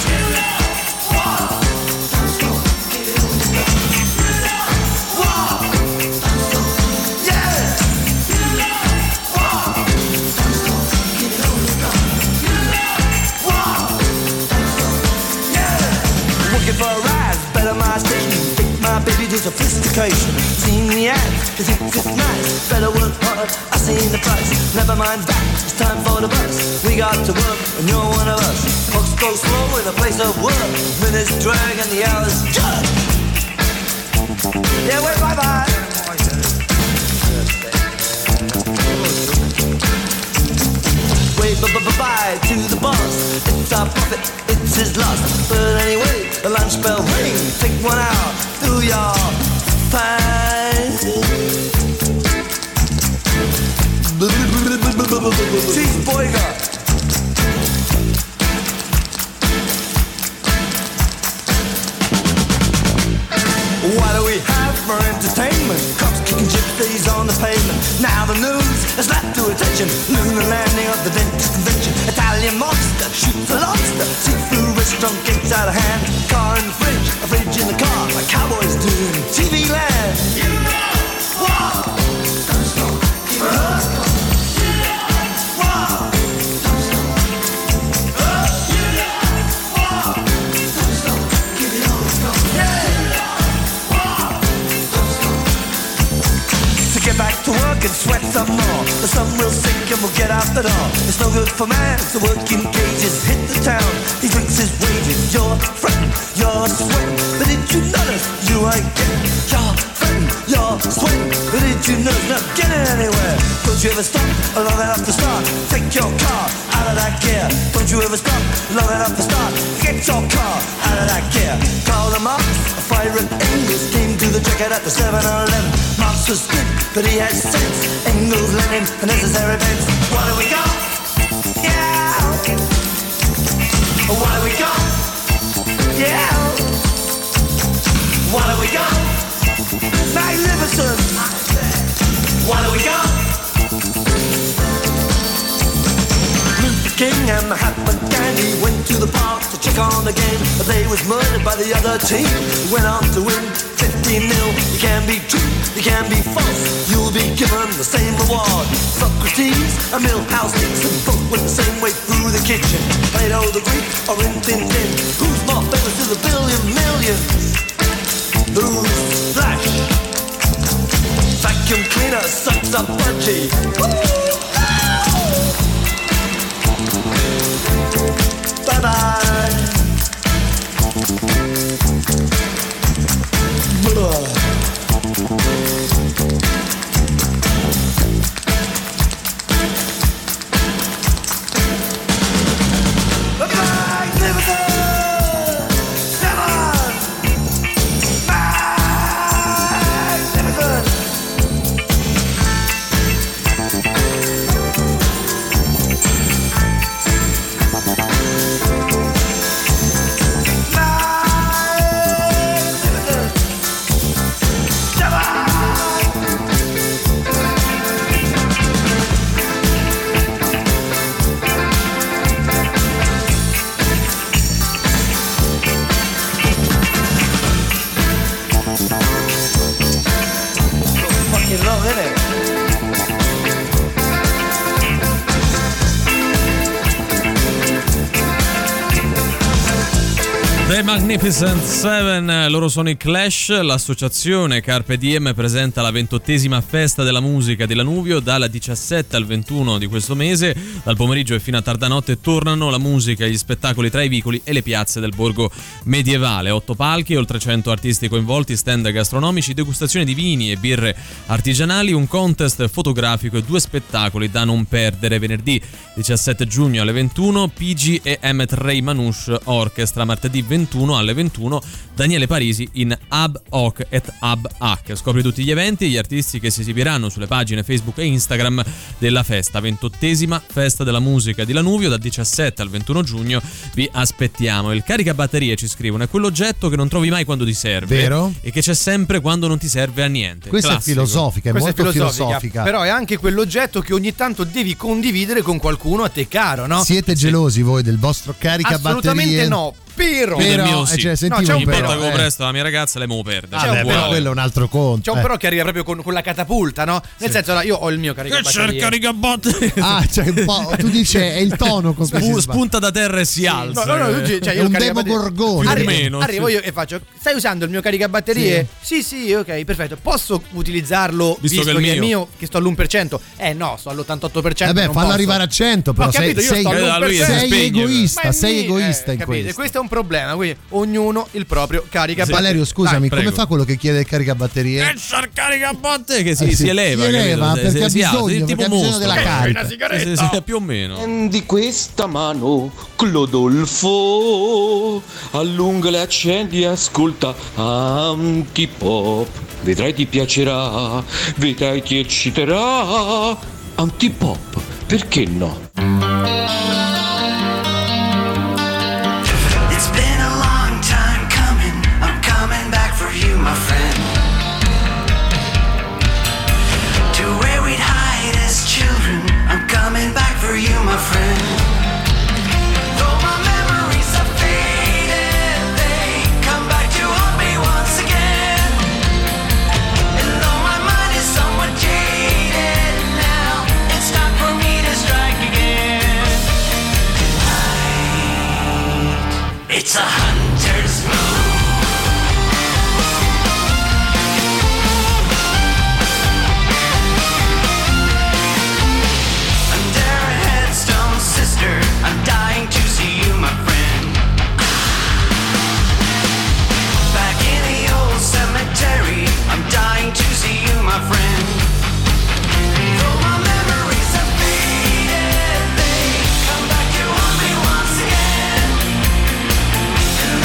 For a rise, better my station. Take my baby to sophistication. Seen the ads, cause it's nice. Better work hard, I seen the price. Never mind that, it's time for the bus. We got to work, and you're one of us. Folks go slow in a place of work. Minutes drag and the hours judge. Yeah, wait, bye-bye. Wait, bye-bye to the boss. It's our profit, it's his loss. But anyway, the lunch bell ring. Take 1 hour, do your fine. Cheese boyga. What do we have for entertainment? Cops kicking gypsies on the pavement. Now the news has slapped to attention. Lunar landing of the dentist convention. Italian mobster shoots a lobster. Seafood restaurant gets out of hand. Car in the fridge, a fridge in the car. Like cowboys do in TV land. You know what? Don't stop, keep it up. You know what? Don't stop. You know what? Don't stop, keep it on. Yeah. Get back to work and sweat some more. The sun will sink and we'll get out the door. It's no good for man, so working cages hit the town. He drinks his wages, you're fretting, you're sweating. But did you notice you ain't getting? You're fretting, you're sweating. But did you notice not getting anywhere? Don't you ever stop long enough to start? Take your car out of that gear. Don't you ever stop long enough to start? Get your car out of that gear. Call them up, a fire and Engels came to the jacket at the 7-Eleven. Marx was good, but he had sense. Engels, Lenin, a necessary events. What do we got? Yeah. What do we got? Yeah. What do we got? Magnificent. What do we got? Luther King and Mahatma Gandhi went to the park to check on the game, but they was murdered by the other team. Went on to win 15-0. You can be true, you can be false. You'll be given the same reward. Socrates and Milhouse Nixon both went the same way through the kitchen. Plato the Greek or Rin Tin Tin. Who's more famous to the billion millions? Who's Flash? Vacuum cleaner sucks up budgie. Bye-bye. The Magnificent Seven, loro sono i Clash. L'associazione Carpe Diem presenta la 28esima festa della musica di Lanuvio dal 17 al 21 di questo mese. Dal pomeriggio e fino a tarda notte tornano la musica e gli spettacoli tra i vicoli e le piazze del borgo medievale. 8 palchi, oltre 100 artisti coinvolti, stand gastronomici, degustazione di vini e birre artigianali, un contest fotografico e 2 spettacoli da non perdere. Venerdì 17 giugno alle 21 PG e M3 Manouche Orchestra, martedì 21 alle 21 Daniele Parisi in Ab Hoc et Ab Hac. Scopri tutti gli eventi e gli artisti che si esibiranno sulle pagine Facebook e Instagram della festa. 28esima festa della musica di Lanuvio, dal 17 al 21 giugno vi aspettiamo. Il caricabatterie, ci scrivono, è quell'oggetto che non trovi mai quando ti serve, vero? E che c'è sempre quando non ti serve a niente. Questa Classico. è filosofica, è Questa molto filosofica. Però è anche quell'oggetto che ogni tanto devi condividere con qualcuno a te caro, no? Siete gelosi voi del vostro caricabatterie? Assolutamente no. Però sì. Cioè, c'è un però, presto la mia ragazza le mo perde. Però quello è un altro conto. C'è un però che arriva proprio con la catapulta, no? Nel senso, allora, io ho il mio caricabatterie. Che c'è il caricabatterie? Cioè un po', tu dici è il tono con cui spunta da terra e si alza. No, cioè io un demogorgone. Arrivo io e faccio: stai usando il mio caricabatterie? Sì, ok, perfetto. Posso utilizzarlo visto che è mio, che sto all'1%? No, sto all'88%. Vabbè, fallo arrivare a 100, però sei egoista, sei egoista in questo. Questo è un problema, quindi ognuno il proprio caricabatterie. Valerio, scusami, come fa quello che chiede il caricabatterie? Il caricabatterie che si eleva, perché ha bisogno, tipo mostro della carica. Sì, più o meno. Di questa mano, Clodolfo, allunga le accendi e ascolta Antipop. Vedrai ti piacerà, vedrai ti ecciterà. Antipop, perché no? My friend, to where we'd hide as children. I'm coming back for you, my friend. Though my memories are faded, they come back to haunt me once again. And though my mind is somewhat jaded now, it's time for me to strike again. It's a hunter's move. I'm dying to see you, my friend. Back in the old cemetery, I'm dying to see you, my friend. Though my memories are faded, they come back to haunt me once again. And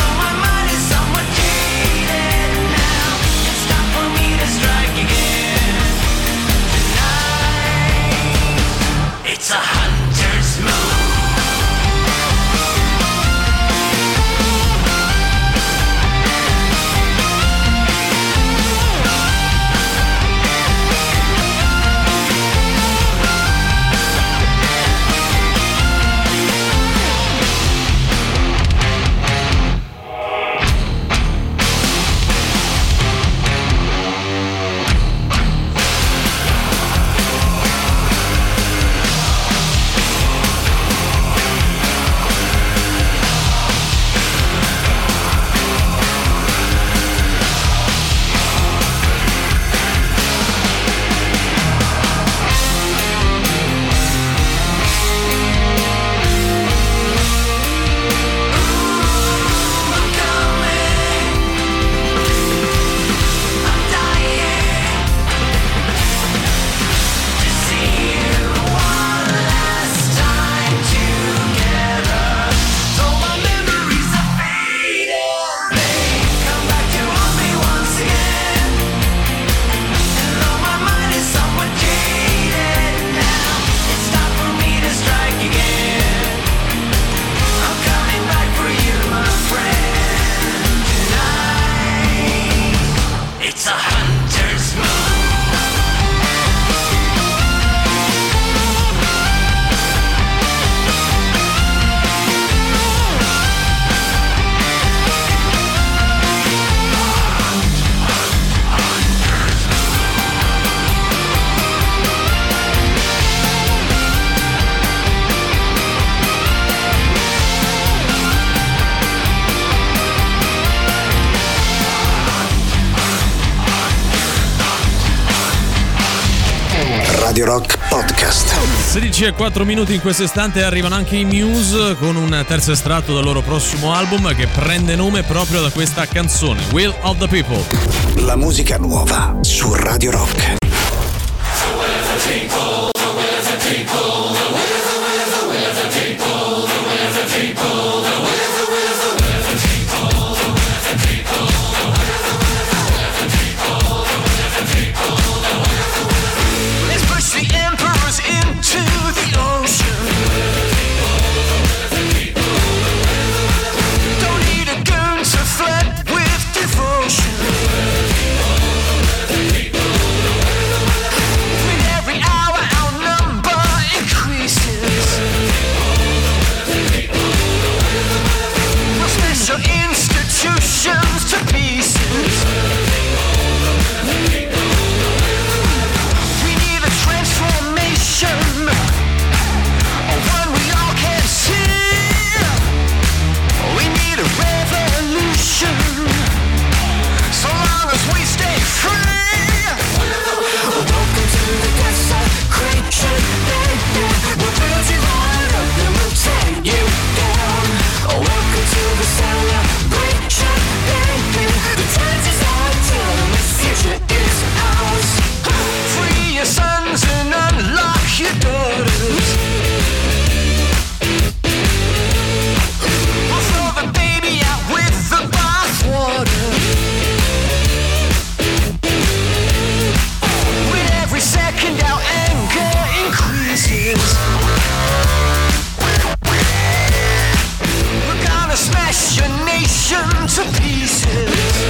Radio Rock Podcast. 16:04 in questo istante arrivano anche i Muse con un terzo estratto dal loro prossimo album che prende nome proprio da questa canzone, Will of the People. La musica nuova su Radio Rock. Institutions to pieces. We need a transformation, one we all can see. We need a revolution, so long as we stay free. Welcome to the desecration, baby. We'll build you right up, then we'll take you down. Welcome to the celebration, baby. The times is our turn, the future is ours. Free your sons and unlock your daughters. We'll throw the baby out with the bathwater. With every second our anger increases. We're gonna smash your nation to pieces.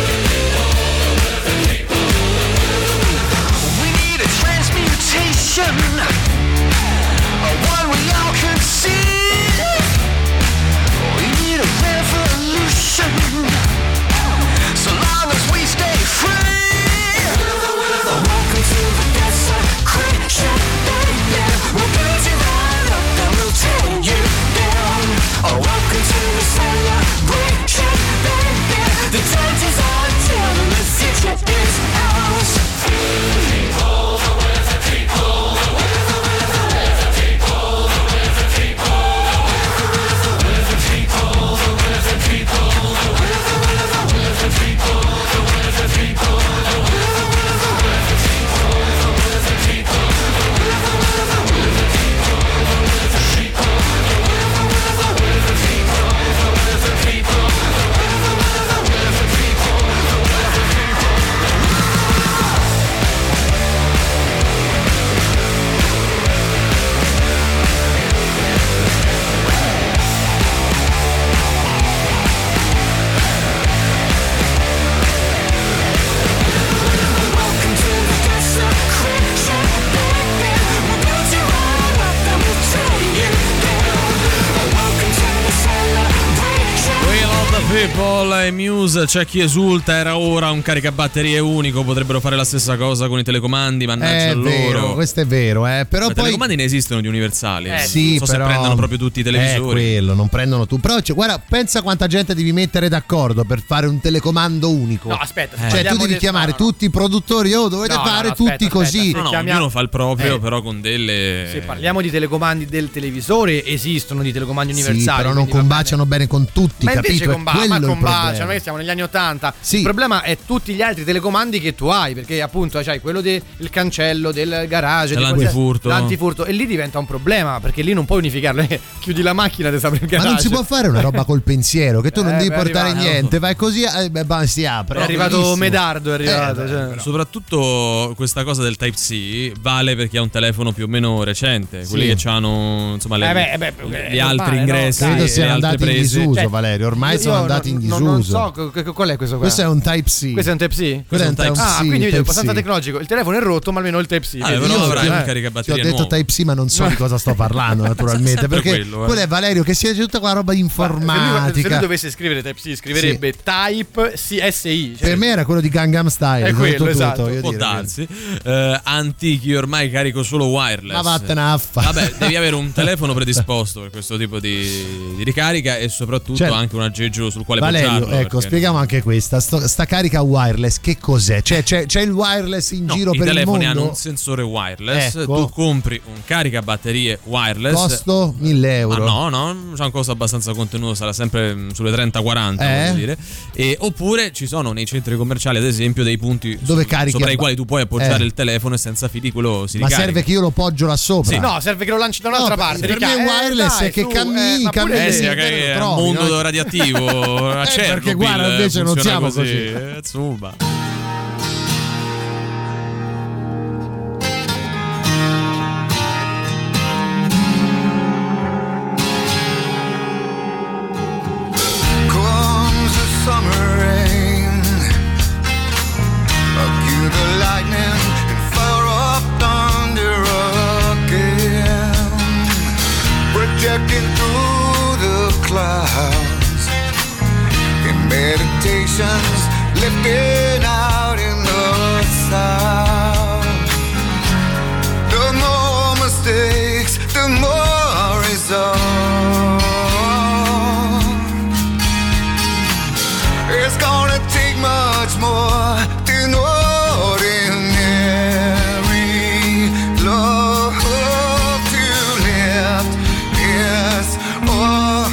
We need a transmutation, one we all can see. We need a revolution, so long as we stay free. Welcome to the desecration, baby. We'll build you right up, then we'll tear you down. Welcome to the celebration, baby. The times is our turn, the future is ours. People, with the people, with the people, with the people, with the people, with the people, with the people, with the people, with the people. People e Muse, c'è chi esulta, era ora un caricabatterie unico, potrebbero fare la stessa cosa con i telecomandi, mannaggia loro. Vero, questo è vero, però i telecomandi ne esistono di universali. Sì, non so però se prendono proprio tutti i televisori. Quello, non prendono tu. Però guarda, pensa quanta gente devi mettere d'accordo per fare un telecomando unico. No, aspetta, cioè tu devi chiamare tutti i produttori, dovete fare tutti così. No, ognuno fa il proprio, però con delle. Se parliamo di telecomandi del televisore, esistono di telecomandi universali. Sì, però non combaciano bene con tutti, ma capito? Ma combaciano, noi siamo negli anni 80. Sì. Il problema è tutti gli altri telecomandi che tu hai, perché appunto c'hai quello del cancello, del garage, l'antifurto, e lì diventa un problema, perché lì non puoi unificarlo. Chiudi la macchina, ti apre il garage. Ma non si può fare una roba col pensiero, che tu non devi portare niente, vai così, si apre. È arrivato Medardo, è arrivato. Soprattutto questa cosa del Type-C vale per chi ha un telefono più o meno recente, quelli che hanno insomma gli altri ingressi, credo siano andati in disuso, Valerio. Ormai sono andati in disuso. Non so qual è questo qua. Questo è un Type-C. Questo è un Type-C? Questo è un Type-C. Ah, quindi è abbastanza tecnologico. Il telefono è rotto, ma almeno il Type-C. Però avrai un caricabatterie nuovo. Ho detto Type-C, ma non so di cosa sto parlando, naturalmente. Perché quello è Valerio che si è tutta quella roba informatica. Se lui dovesse scrivere Type-C, scriverebbe Type-CSI. Per me era quello di Gangnam Style. È quello, esatto. Può darsi. Antichi, ormai carico solo wireless. Ma vattene a fare. Vabbè, devi avere un telefono predisposto per questo tipo di ricarica e soprattutto anche un aggeggio sul quale Valerio, poggiarlo. ecco, spieghiamo anche questa. Sta carica wireless, che cos'è? C'è il wireless in giro per il mondo? I telefoni hanno un sensore wireless, ecco. Tu compri un caricabatterie wireless. Costo 1.000 euro. No, c'è un costo abbastanza contenuto, sarà sempre sulle 30-40, voglio dire. Oppure ci sono nei centri commerciali, ad esempio, dei punti dove carichi sopra i quali tu puoi appoggiare il telefono e senza fili quello si ricarica. Ma serve che io lo poggio là sopra? Sì. No, serve che lo lanci da un'altra parte. Per me è wireless è che cammini che è un mondo radioattivo. Perché guarda, invece non siamo così. Comes the summer rain, cue the lightning and fire off thunder again, projecting through the clouds in meditations, lifting out in the sound. The more mistakes, the more results. It's gonna take much more than ordinary love to lift this world.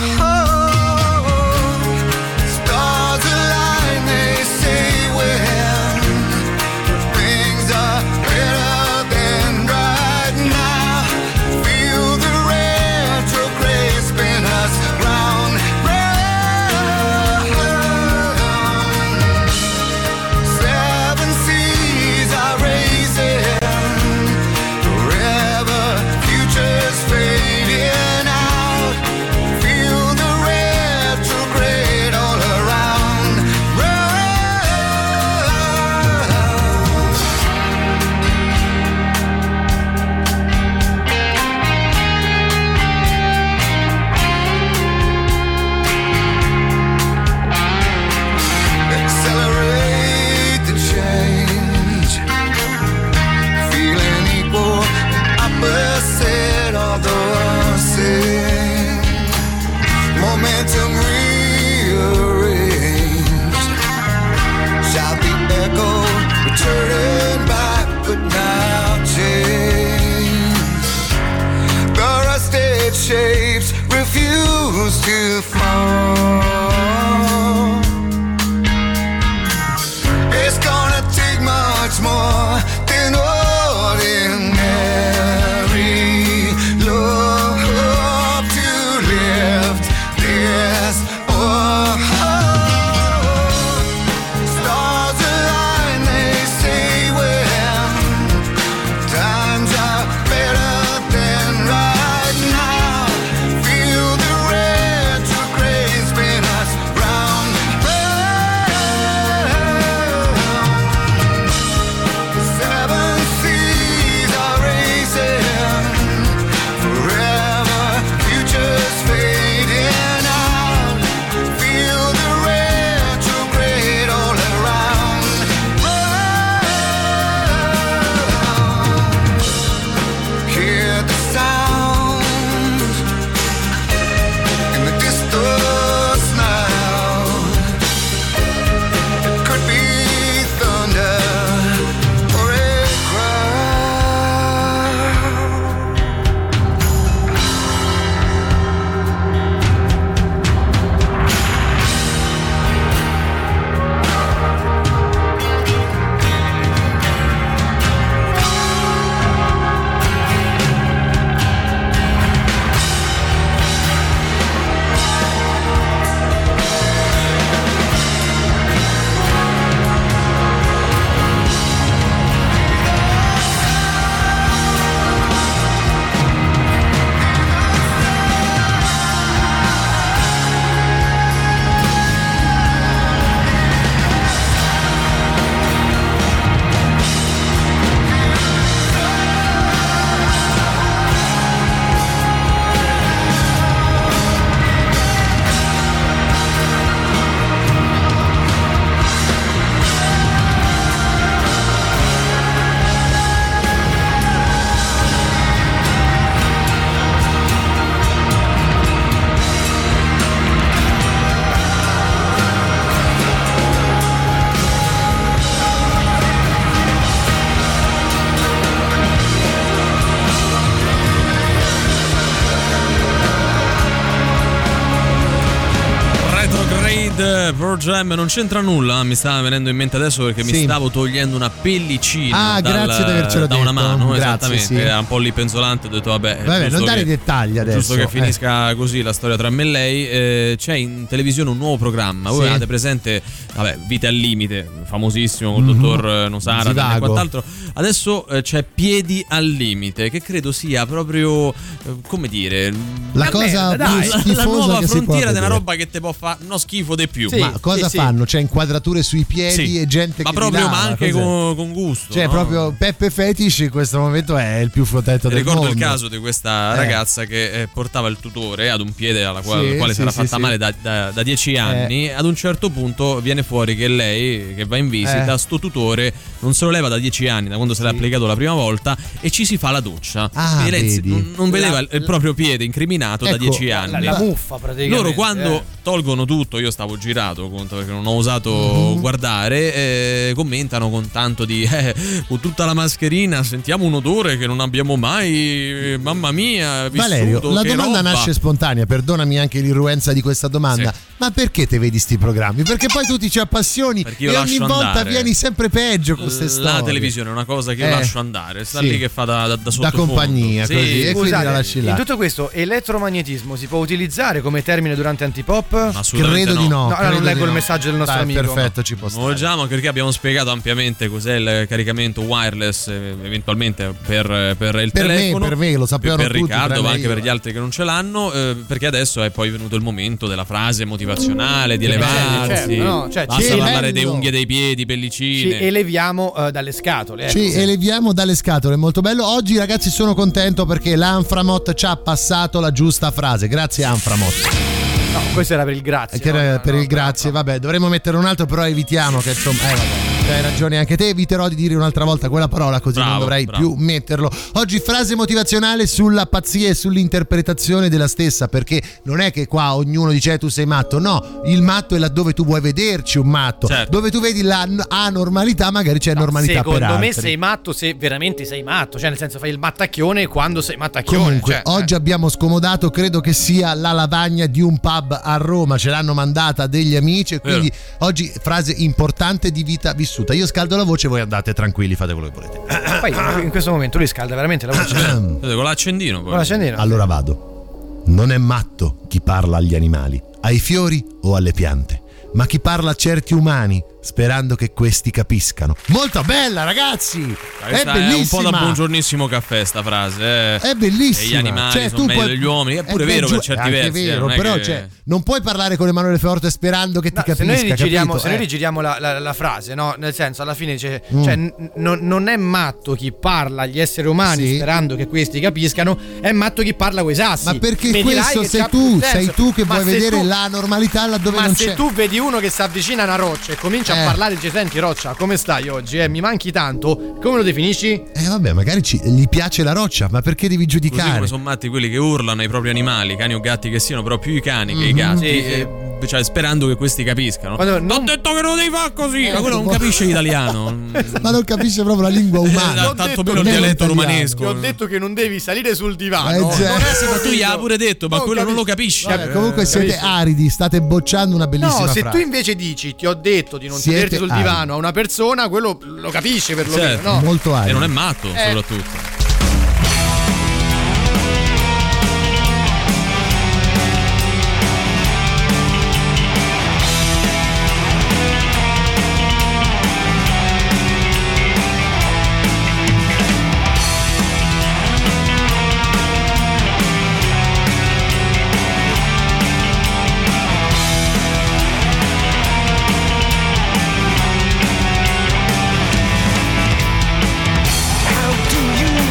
Stars align, they say, when things are better than right now. Feel the retrograde spin us round. Seven seas are racing forever, future's fading out. Feel the retrograde all around. Accelerate the change, feeling equal, opposite of the same. Momentum rearranged, shout the echo, returning back but now changed. The rusted shapes refuse to fall. It's gonna take much more than ordinary love to lift this world. Stars align, they say, when times are better than right now. Feel the retrograde Made, Pearl Jam, non c'entra nulla, mi stava venendo in mente adesso perché mi stavo togliendo una pellicina grazie di avercelo da detto. una mano, Grazie, esattamente, sì. era un po' lì penzolante, ho detto vabbè non dare dettagli adesso. Giusto che finisca così la storia tra me e lei. C'è in televisione un nuovo programma, voi avete presente, Vite al limite, famosissimo col dottor Nosara e quant'altro. Adesso c'è Piedi al limite, che credo sia proprio, come dire, la cosa più schifosa la nuova che frontiera della roba che te può fare no schifo di più. Ma cosa fanno? C'è inquadrature sui piedi e gente che proprio, lava, ma anche con gusto. Cioè, proprio Peppe Fetish in questo momento è il più protetto del mondo. Ricordo il caso di questa ragazza che portava il tutore ad un piede alla quale si era fatta male da 10 anni. Ad un certo punto viene fuori che lei, che va in visita, sto tutore non se lo leva da 10 anni, da quando se l'ha applicato la prima volta, e ci si fa la doccia. Lei non vedeva il proprio piede incriminato da 10 anni. La muffa praticamente. Loro quando tolgono tutto, io stavo girato perché non ho osato guardare, commentano con tanto di con tutta la mascherina sentiamo un odore che non abbiamo mai, mamma mia, vissuto. Valerio, la domanda roba. nasce spontanea, perdonami anche l'irruenza di questa domanda, ma perché te vedi sti programmi? Perché poi tu ti ci appassioni e ogni volta vieni sempre peggio con queste storie. La televisione è una cosa che io lascio andare, sta lì che fa da sottofondo, da compagnia, così, e quindi la lasci là. In tutto questo elettromagnetismo si può utilizzare come termine durante Antipop? Credo di no. Allora non leggo il messaggio del nostro amico. Perfetto, ci può stare. Anche perché abbiamo spiegato ampiamente cos'è il caricamento wireless, eventualmente per il telefono. Per me lo sapevano per tutti, Riccardo, ma anche per gli altri che non ce l'hanno, perché adesso è poi venuto il momento della frase motivazionale, di elevarsi. Basta parlare delle unghie dei piedi, pellicine. Ci eleviamo dalle scatole. Ci eleviamo dalle scatole, è molto bello. Oggi ragazzi sono contento perché l'Anframot ci ha passato la giusta frase. Grazie Anframot. No, questo era per il grazie. Che era per il grazie, vabbè, dovremmo mettere un altro, però evitiamo che insomma, vabbè. Hai ragione anche te, eviterò di dire un'altra volta quella parola, così non dovrei più metterlo. Oggi frase motivazionale sulla pazzia e sull'interpretazione della stessa, perché non è che qua ognuno dice tu sei matto, no, il matto è laddove tu vuoi vederci un matto, dove tu vedi la anormalità, magari c'è normalità per altri. Secondo me sei matto se veramente sei matto, cioè nel senso fai il mattacchione quando sei mattacchione. Comunque, oggi abbiamo scomodato, credo che sia la lavagna di un pub a Roma, ce l'hanno mandata degli amici e quindi oggi frase importante di vita vissuta. Io scaldo la voce, voi andate tranquilli, fate quello che volete. Poi in questo momento lui scalda veramente la voce. Con l'accendino. Con l'accendino. Allora vado. Non è matto chi parla agli animali, ai fiori o alle piante, ma chi parla a certi umani sperando che questi capiscano. Molto bella, ragazzi! È bellissima! È un po' da buongiornissimo caffè sta frase. È bellissima! E gli animali sono meglio degli uomini. È pure vero per certi versi. È vero, però non puoi parlare con Emanuele Forte sperando che ti capisca. Se noi rigiriamo la frase, no? Nel senso, alla fine dice, non è matto chi parla agli esseri umani sperando che questi capiscano, è matto chi parla coi sassi. Ma perché questo sei tu che vuoi vedere la normalità laddove non c'è. Ma se tu vedi uno che si avvicina a una roccia e comincia a parlare, dice senti Roccia, come stai oggi? Mi manchi tanto, come lo definisci? Vabbè, magari gli piace la roccia, ma perché devi giudicare? Così come sono matti quelli che urlano ai propri animali, cani o gatti che siano, però più i cani che i gatti, cioè sperando che questi capiscano. Ho detto che non devi fare così, ma quello non capisce l'italiano. Ma non capisce proprio la lingua umana. Tanto più il dialetto romanesco. Ti ho detto che non devi salire sul divano. Ma tu gli hai pure detto, ma quello non lo capisce. Vabbè, comunque siete aridi, state bocciando una bellissima frase. No, se tu invece dici ti ho detto di non sederti sul divano a una persona, quello lo capisce per lo meno, no? Molto aridi. E non è matto, soprattutto. How do you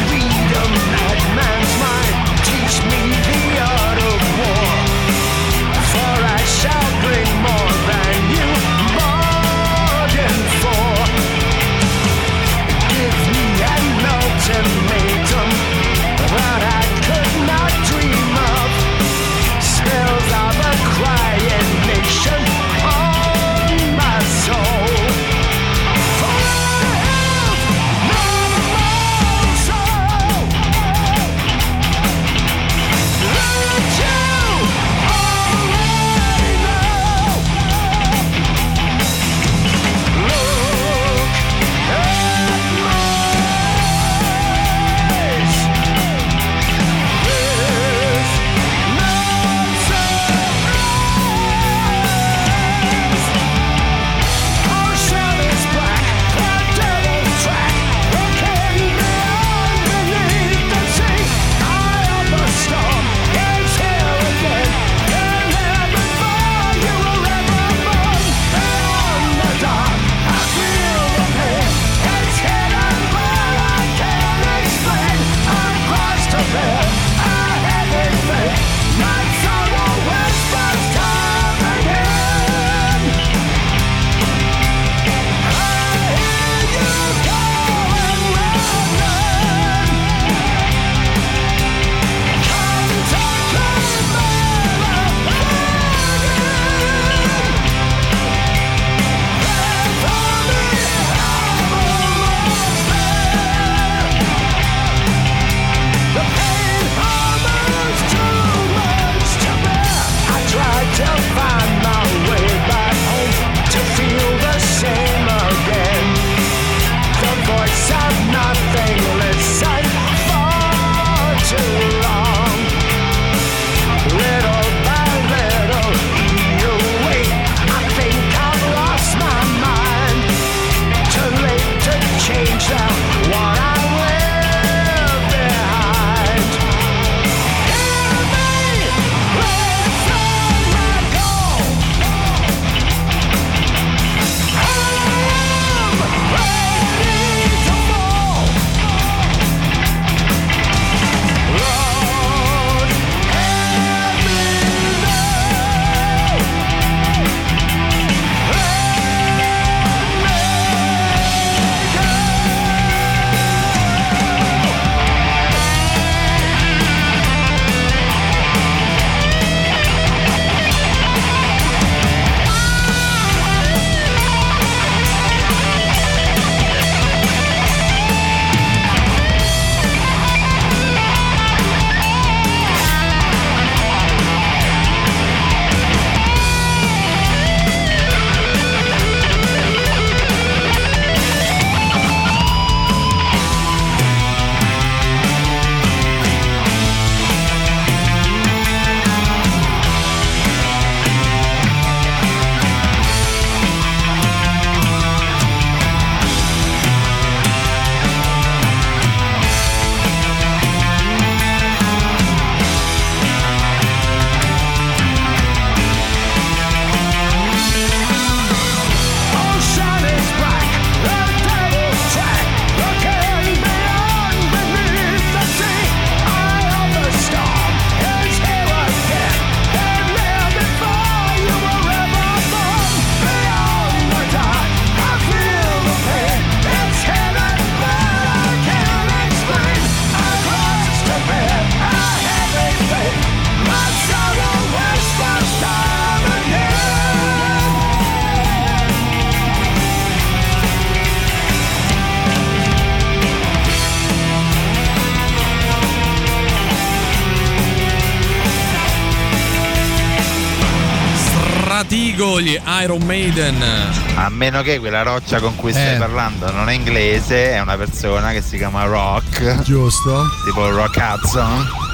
Vertigo, gli Iron Maiden. A meno che quella roccia con cui stai parlando non è inglese, è una persona che si chiama Rock. Giusto. Tipo Rock Hudson.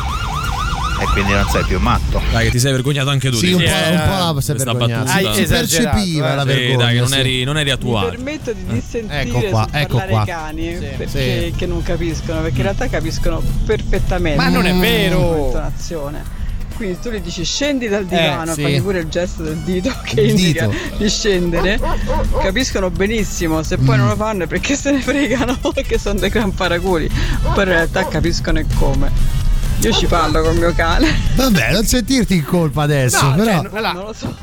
E quindi non sei più matto. Dai, che ti sei vergognato anche tu. Sì, un po' si è vergognato. Si percepiva la vergogna. Dai, che non eri attuale. Mi permetto di dissentire Ecco qua, su parlare ai cani perché che non capiscono, perché in realtà capiscono perfettamente. Ma non è vero! Intonazione. Quindi tu gli dici scendi dal divano, sì. fai pure il gesto del dito che indica di scendere, capiscono benissimo. Se poi non lo fanno è perché se ne fregano, che sono dei gran paraculi. Poi in realtà capiscono e come. Io ci parlo col mio cane. Vabbè, non sentirti in colpa adesso, No, però. cioè, non lo so.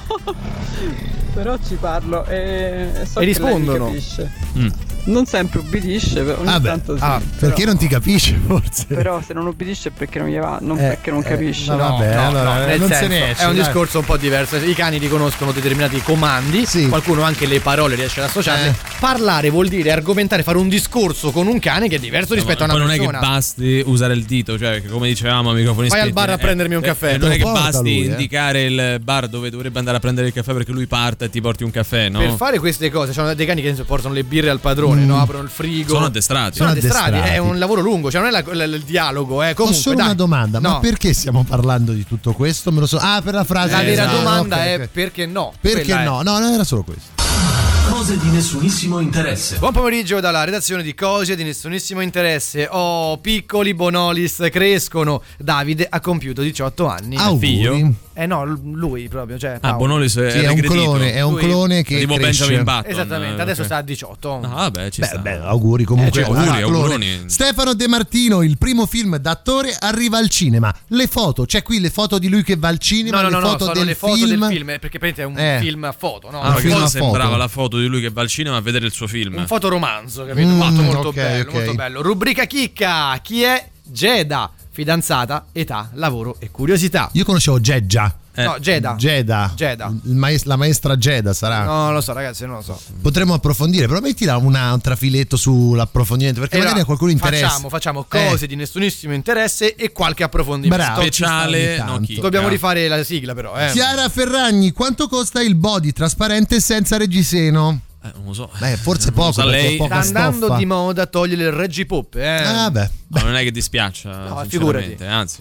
Però ci parlo e so E che lei mi rispondono. capisce. Non sempre ubbidisce, però ogni tanto sì. Perché non ti capisce forse? Però se non ubbidisce è perché non gli va, non perché non capisce. Vabbè, allora nel non senso, se ne esce. è un dai. discorso un po' diverso. I cani riconoscono determinati comandi, qualcuno anche le parole riesce ad associarle. Parlare vuol dire argomentare, fare un discorso con un cane che è diverso rispetto a una poi persona. non è che basti usare il dito, cioè che come dicevamo a microfoni Vai al spenti, bar a prendermi un caffè. non è che Te lo porta basti lui, indicare il bar dove dovrebbe andare a prendere il caffè perché lui parte e ti porti un caffè, no? Per fare queste cose, c'è dei cani che portano le birre al padrone, no? Aprono il frigo. Sono addestrati. Sono addestrati, è un lavoro lungo, cioè non è il dialogo, comunque. Ho solo una domanda, ma perché stiamo parlando di tutto questo? Me lo so. Ah, per la frase. La vera esatto. domanda Ok, è ok. perché no? Perché Quella no? No, non era solo questo. Cose di nessunissimo interesse. Buon pomeriggio dalla redazione di Cose di nessunissimo interesse. Oh, piccoli Bonolis crescono. Davide ha compiuto 18 anni. Auguri. Figlio? No, lui proprio, cioè Ah, Bonolis è Sì, è un clone, è un Lui- clone che tipo cresce. Benjamin Button. Esattamente, adesso ok. sta a 18. Ah, vabbè, ci sta. Beh, auguri comunque. Cioè, auguri, Ah, clone. auguroni. Stefano De Martino, il primo film d'attore, arriva al cinema. Le foto, c'è qui le foto di lui che va al cinema, No, le foto sono del le foto film. del film, perché praticamente è un film a foto, no? Ah, perché film a sembrava foto. la foto di lui che va al cinema a vedere il suo film. Un fotoromanzo, capito? Fatto molto ok, bello, ok. molto bello. Rubrica chicca. Chi è Geda? Fidanzata, età, lavoro e curiosità. Io conoscevo Geggia. No, Geda. Geda. La maestra Geda sarà. No, non lo so, ragazzi, non lo so. Potremmo approfondire, però mettila un trafiletto sull'approfondimento, perché magari a qualcuno interessa. Facciamo cose di nessunissimo interesse e qualche approfondimento. Bravo, speciale, ci sta ogni no, tanto. chi? Dobbiamo rifare la sigla, però. Chiara Ferragni, quanto costa il body trasparente senza reggiseno? Non lo so. Beh, forse poco, sa perché lei. è poca Sta andando stoffa. di moda togliere il reggipoppe, Ah, beh. Ma non è che dispiaccia, No, sinceramente, figurati. anzi.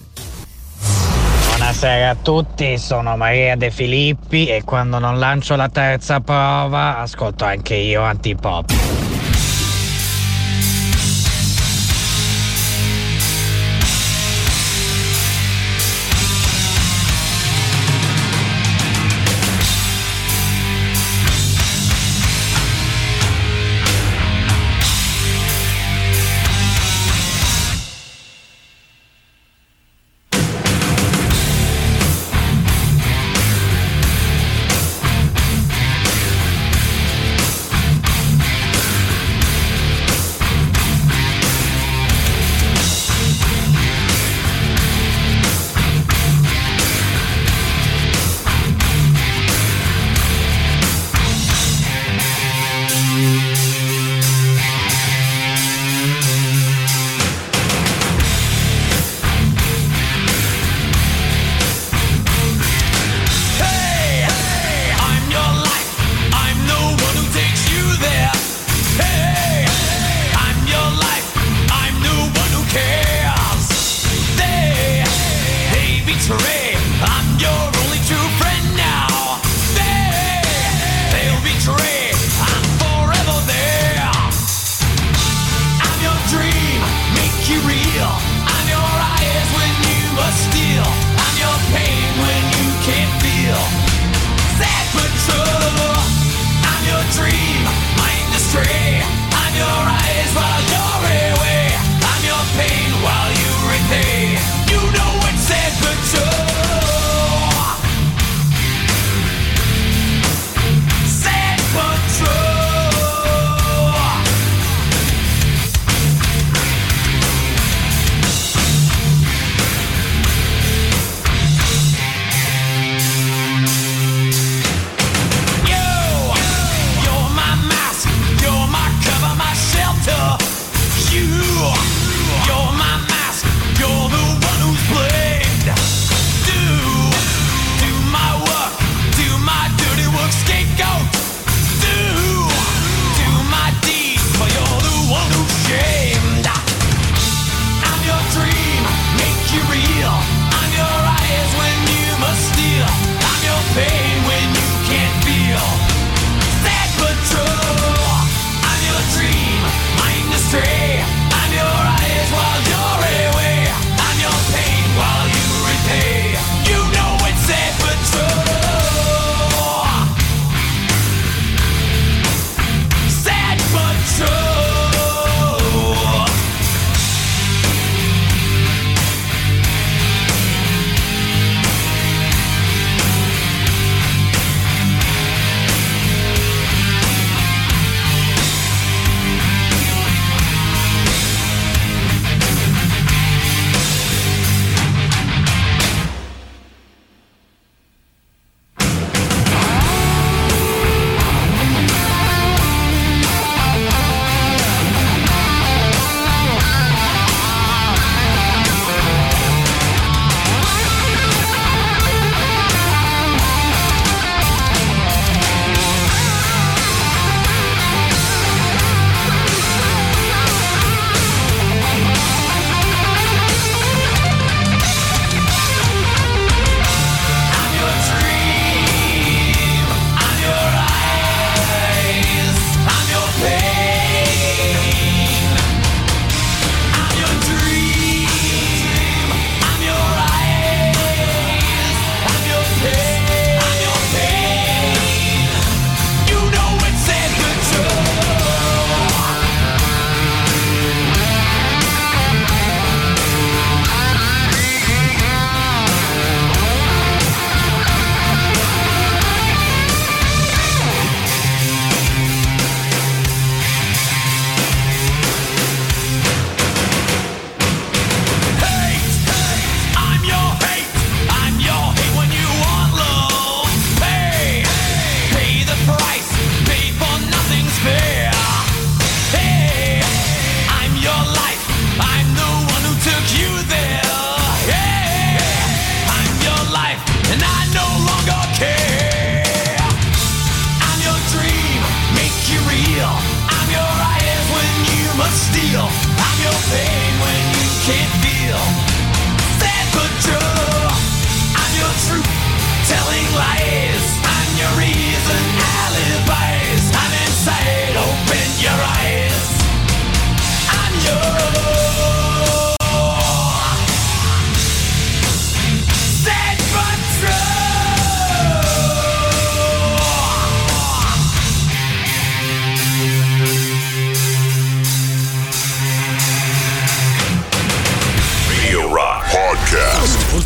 Buonasera a tutti, sono Maria De Filippi e quando non lancio la terza prova ascolto anche io Antipop.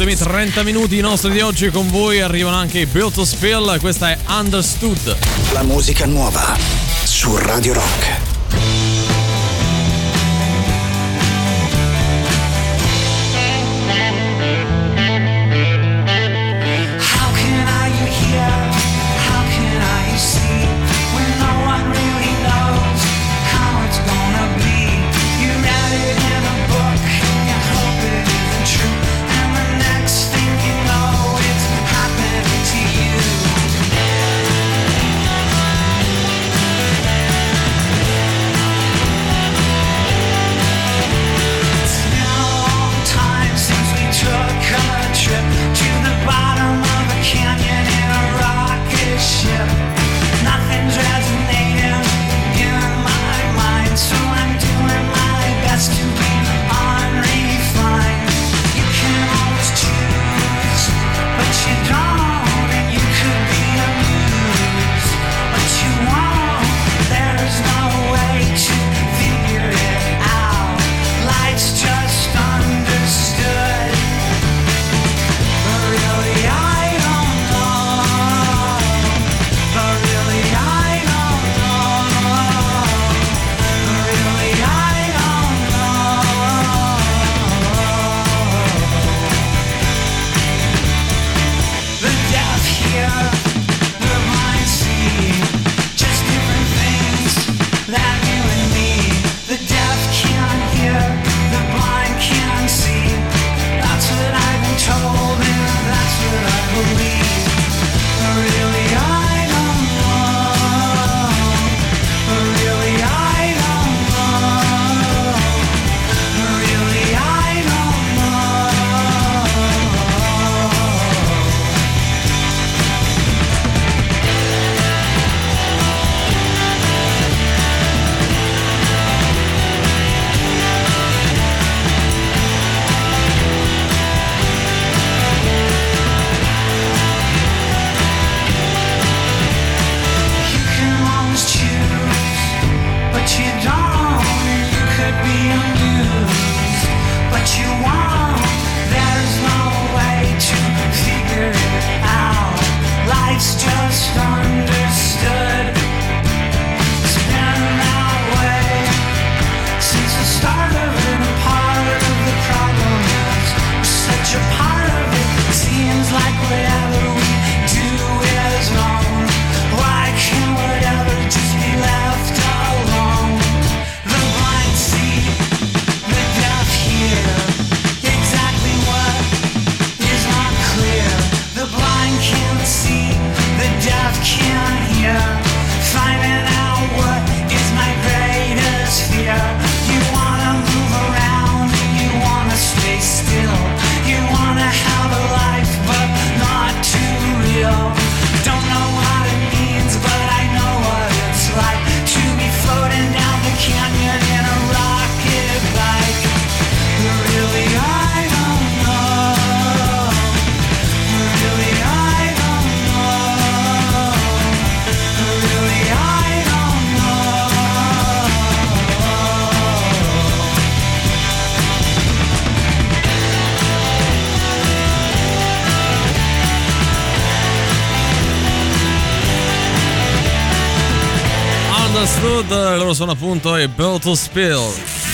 ultimi 30 minuti i nostri di oggi con voi, arrivano anche i Built to Spill, questa è Understood. La musica nuova su Radio Rock. Loro sono appunto i Built to Spill.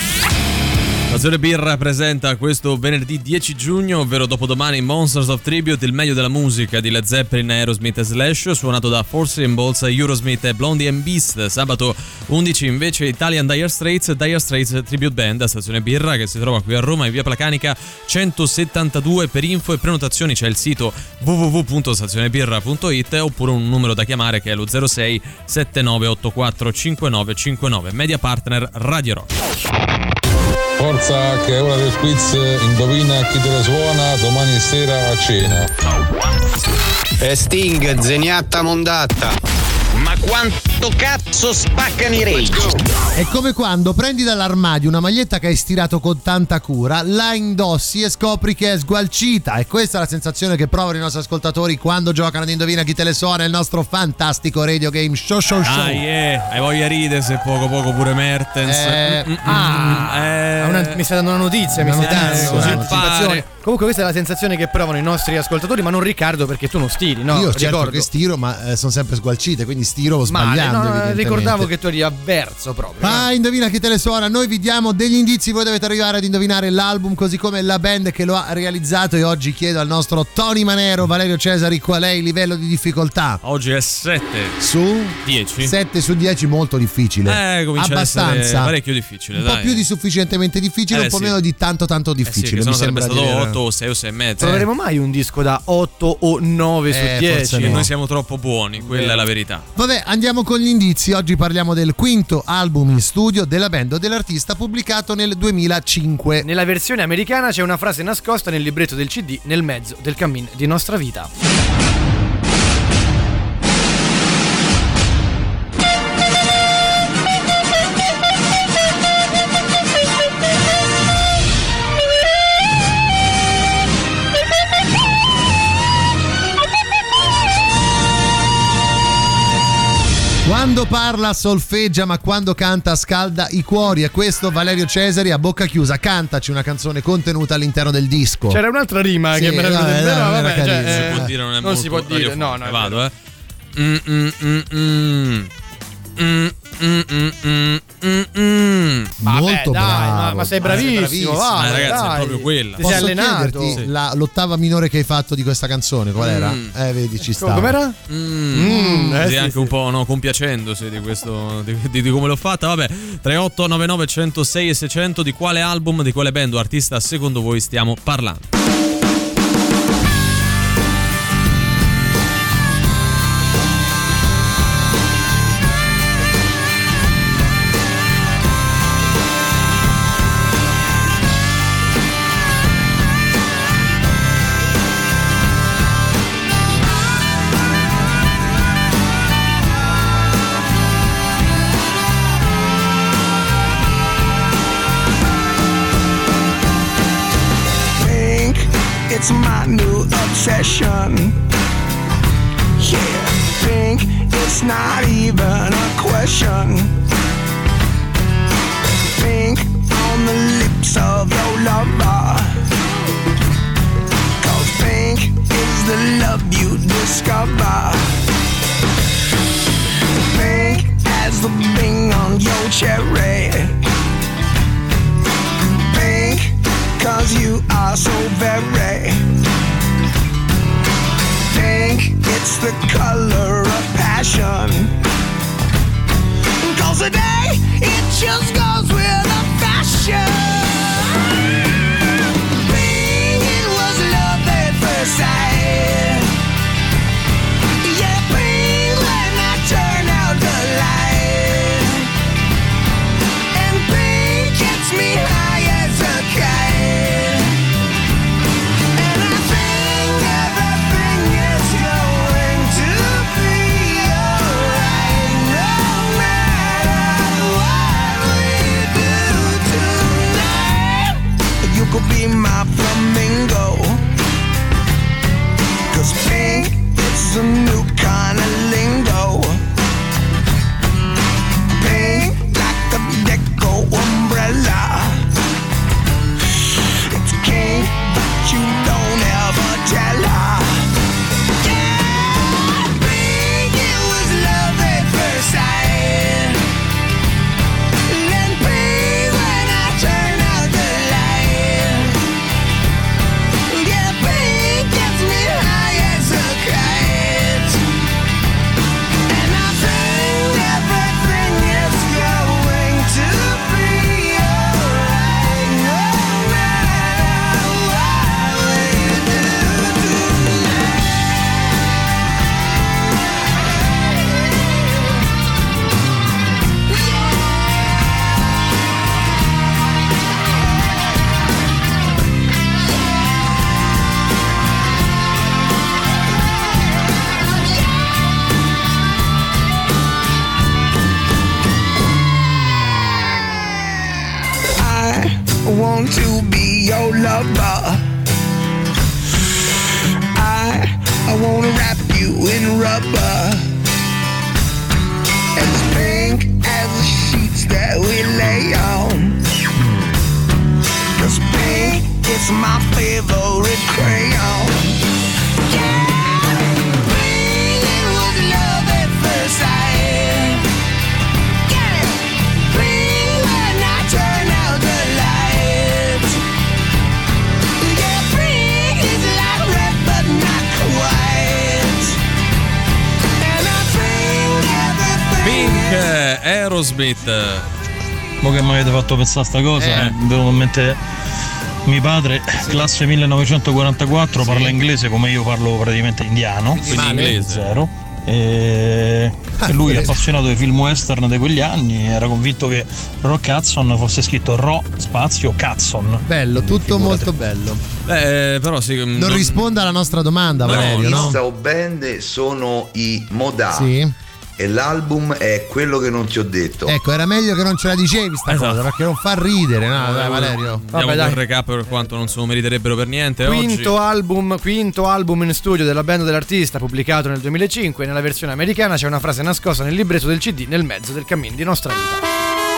Stazione Birra presenta questo venerdì 10 giugno, ovvero dopodomani, Monsters of Tribute, il meglio della musica di Led Zeppelin, Aerosmith e Slash, suonato da Four Symbols, Eurosmith e Blondie and Beast. Sabato 11 invece Italian Dire Straits Tribute Band a Stazione Birra, che si trova qui a Roma in via Placanica 172. Per info e prenotazioni c'è il sito www.stazionebirra.it oppure un numero da chiamare che è lo 06 7984 5959. Media partner Radio Rock. Forza, che è ora del quiz, indovina chi te la suona domani sera a cena. Sting, Zeniatta Mondatta. Ma quanto cazzo spaccano i Rage? È come quando prendi dall'armadio una maglietta che hai stirato con tanta cura, la indossi e scopri che è sgualcita. E questa è la sensazione che provano i nostri ascoltatori quando giocano ad Indovina chi te le suona, il nostro fantastico radio game show. Ah, yeah, hai voglia ride se poco pure Mertens. Mi stai dando una notizia, mi stai dando sul pare. Comunque questa è la sensazione che provano i nostri ascoltatori, ma non Riccardo, perché tu non stiri, no? Io certo che stiro, ma sono sempre sgualcite, quindi stiro sbagliando. No, ricordavo che tu eri avverso proprio. Indovina chi te le suona. Noi vi diamo degli indizi, voi dovete arrivare ad indovinare l'album così come la band che lo ha realizzato. E oggi chiedo al nostro Tony Manero, Valerio Cesari, qual è il livello di difficoltà? Oggi è 7 su 10. 7 su 10, molto difficile. Comincia abbastanza parecchio difficile, un po' più di sufficientemente difficile, un po' meno di tanto difficile. Sì, mi sarebbe sembra stato dire... 8 o 6 o 6 e mezzo. Troveremo mai un disco da 8 o 9 su 10? No. Noi siamo troppo buoni, quella è la verità. Vabbè, andiamo con gli indizi. Oggi parliamo del quinto album in studio della band o dell'artista, pubblicato nel 2005. Nella versione americana c'è una frase nascosta nel libretto del CD nel mezzo del cammin di nostra vita. Quando parla solfeggia, ma quando canta scalda i cuori. E questo Valerio Cesari a bocca chiusa. Cantaci una canzone contenuta all'interno del disco. C'era un'altra rima che mi era venuta in si può dire, non è molto si può dire, no, vado, Molto bravo. Ma sei bravissimo, vai, ragazzi, dai. è proprio quella. Ti sei allenato? L'ottava minore che hai fatto di questa canzone qual era? Vedi, ci sta. Com'era? Sì, anche un po' compiacendosi di questo, di come l'ho fatta. Vabbè, 3899 106 e 600, di quale album, di quale band o artista secondo voi stiamo parlando? It's my new obsession. Yeah, think it's not even a question. Think on the lips of your lover. 'Cause think is the love you discover. Think as the bing on your cherry. Think 'cause you are so very. Think it's the color of passion. 'Cause today it just goes with the fashion. Think it was love at first sight. Yeah, think when I turn out the light. And think gets me high as a kite. And I think everything is going to be alright. No matter what we do tonight. You could be my flamingo. Aerosmith. Mo che mi avete fatto pensare a sta cosa, mi venuto in mente mio padre, classe 1944, parla inglese come io parlo praticamente indiano, quindi inglese zero. E lui è appassionato dei film western di quegli anni, era convinto che Rock Hudson fosse scritto Ro spazio Hudson. Bello, tutto molto bello. Però non risponda alla nostra domanda, Valerio, no? Questa band sono i Modà. Sì. E l'album è quello che non ti ho detto. Ecco, era meglio che non ce la dicevi sta cosa, perché non fa ridere, no? Dai, Valerio. Andiamo con il recap per quanto non se lo meriterebbero per niente. Quinto album in studio della band dell'artista, pubblicato nel 2005. Nella versione americana c'è una frase nascosta nel libretto del CD nel mezzo del cammin di nostra vita.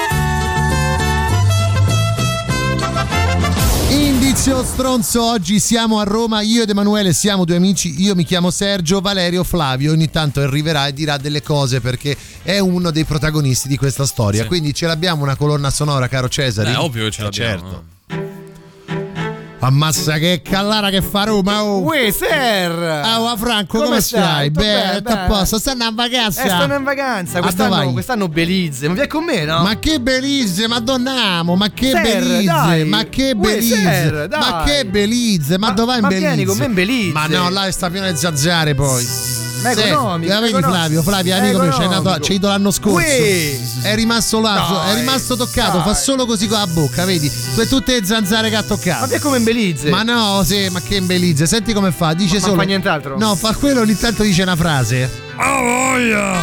Indizio stronzo, oggi siamo a Roma, io ed Emanuele siamo due amici, io mi chiamo Sergio, Valerio Flavio ogni tanto arriverà e dirà delle cose perché è uno dei protagonisti di questa storia, quindi ce l'abbiamo una colonna sonora, caro Cesare? Ovvio che ce l'abbiamo. Certo. Ammazza che callara che fa Roma, oh! Uè, Ser! Ah, Franco, come stai? Beh, a posto, stanno in vacanza? Stanno in vacanza, quest'anno Belize, ma vieni con me, no? Ma che Belize, madonnamo, ma che Ser, Belize, dai. ma che Uè, Belize, Ser, dai. ma che Belize, ma dov'è in ma Belize? vieni con me in Belize. Ma no, là sta pieno di zanzare poi. Ma economico, la vedi economico. Flavio, amico mio, c'è ido l'anno scorso. Uè. È rimasto là, è rimasto toccato, fa solo così con la bocca, vedi? Tutte le zanzare che ha toccato. Ma è come in Belize. Ma no, sì, ma che in Belize? Senti come fa, dice ma solo. fa nient'altro? No, fa quello, ogni tanto dice una frase. Oh, voglia!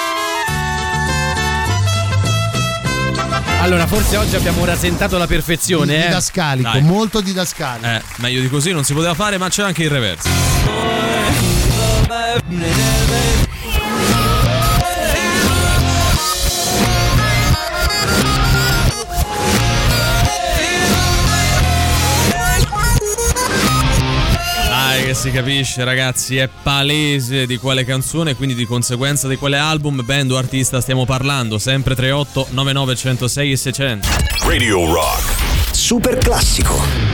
Allora, forse oggi abbiamo rasentato la perfezione, Didascalico, Dai. molto didascalico. Meglio di così non si poteva fare, ma c'è anche il reverso. Dai che si capisce, ragazzi, è palese di quale canzone e quindi di conseguenza di quale album, band o artista stiamo parlando. Sempre 38 99 106 e 600. Radio Rock Super classico.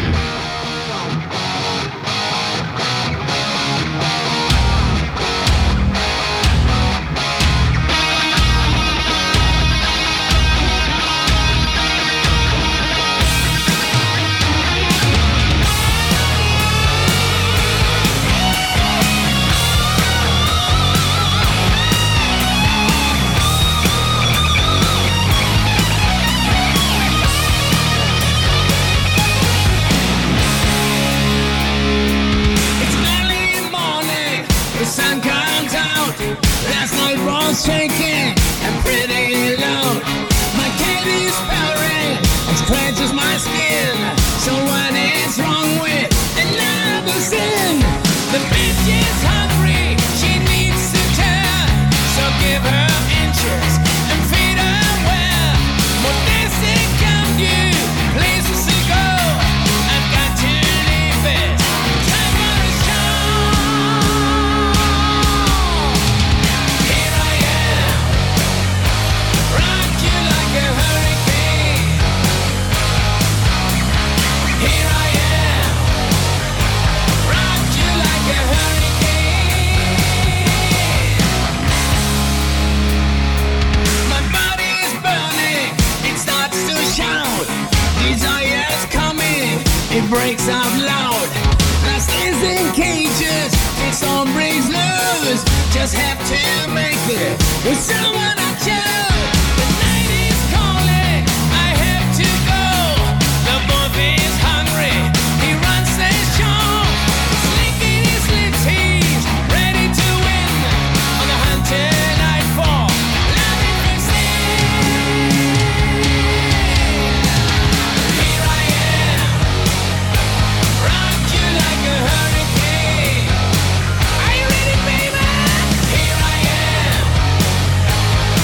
Shaking and pretty low. My candy's powering, it scratches my skin. So what is wrong with another sin? The bitch is hungry, she needs to turn. So give her inches and feed her well. More dancing come you, places to go. I've got to leave it, time for a show. Here I am, rock you like a hurricane. Here I am, rock you like a hurricane. My body is burning, it starts to shout. Desire's coming, it breaks out loud. Lost is in cages, it's on breaks loose. Just have to make it with someone I choose. The night is calling, I have to go. The wolf is hungry, he runs the show. Slicking his lips, he's ready to win. On the hunt till nightfall, loving for sin. Here I am, rock you like a hurricane. Are you ready, baby? Here I am,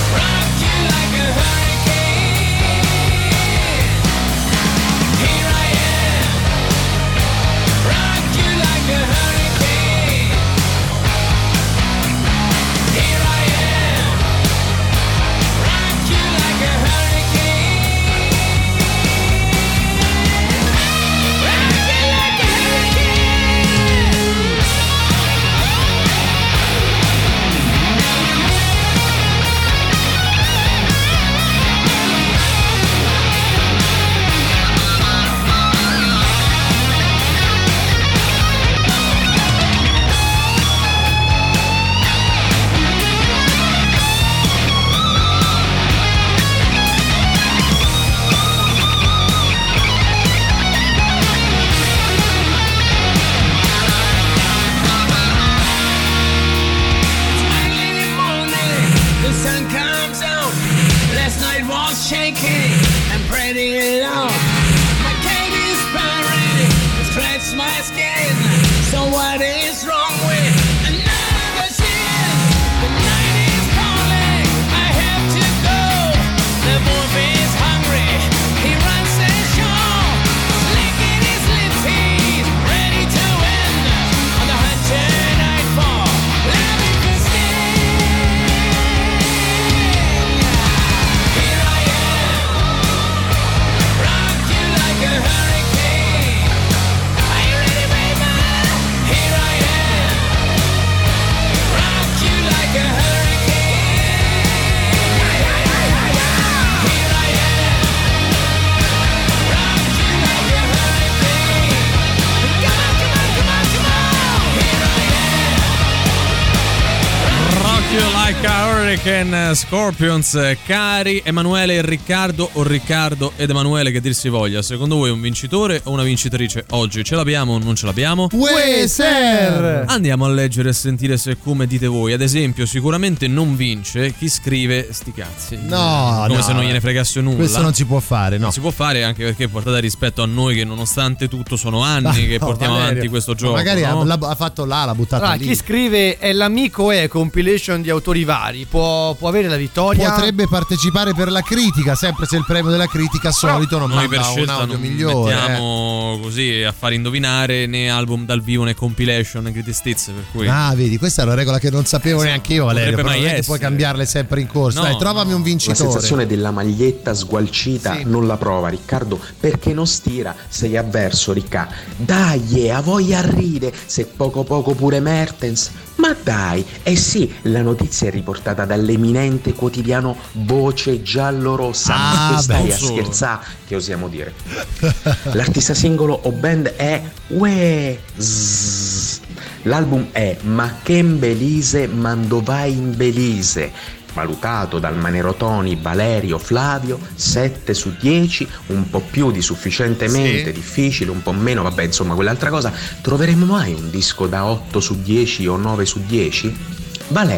Like a Hurricane, Scorpions. Cari Emanuele e Riccardo, o Riccardo ed Emanuele, che dir si voglia, secondo voi un vincitore o una vincitrice oggi? Ce l'abbiamo o non ce l'abbiamo? Weser! Andiamo a leggere e sentire se come dite voi. Ad esempio, sicuramente non vince chi scrive sti cazzi. No, come no, se non gliene fregasse nulla. Questo non si può fare, no. Non si può fare, anche perché portate rispetto a noi che nonostante tutto sono anni che portiamo avanti questo gioco. Magari no? ha fatto là, l'ha buttata lì. Chi scrive è l'amico compilation di autori vari, può avere la vittoria. Potrebbe partecipare per la critica, sempre se il premio della critica solito non noi manda per scelta un audio non migliore. mettiamo così a fare indovinare né album dal vivo né compilation né greatest hits, per cui vedi, questa è una regola che non sapevo neanche io, Valerio, però non è che puoi cambiarle sempre in corsa. Dai, trovami un vincitore. La sensazione della maglietta sgualcita non la prova Riccardo, perché non stira, sei avverso Ricca. Dai, a voglia ride, se poco pure Mertens. Ma dai, sì, la notizia è riportata dall'eminente quotidiano Voce Giallorossa. Ma che stai a scherzare? Che osiamo dire? L'artista singolo o band è Weser. L'album è Ma che in Belize mando vai in Belize. Valutato dal Manerotoni Valerio Flavio 7 su 10, un po' più di sufficientemente difficile, un po' meno, vabbè, insomma quell'altra cosa. Troveremo mai un disco da 8 su 10 o 9 su 10? Valè.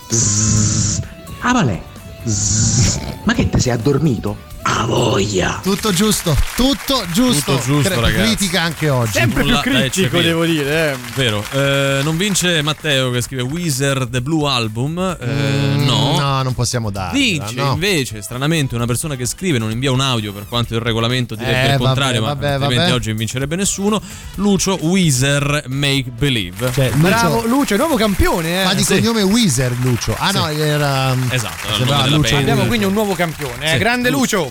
Valè. Ma che te sei addormito? A voglia. Tutto giusto, ragazzi. Critica anche oggi. Sempre più critico, devo dire. Vero. Non vince Matteo che scrive Weser The Blue Album. No, non possiamo darlo. Vince invece, stranamente, una persona che scrive non invia un audio, per quanto il regolamento direbbe il contrario, ma altrimenti oggi non vincerebbe nessuno. Lucio Weser Make Believe. Cioè, bravo Lucio, nuovo campione. Ma di cognome Weser Lucio. No, era esatto. Lucio. Abbiamo quindi un nuovo campione. Grande Lucio.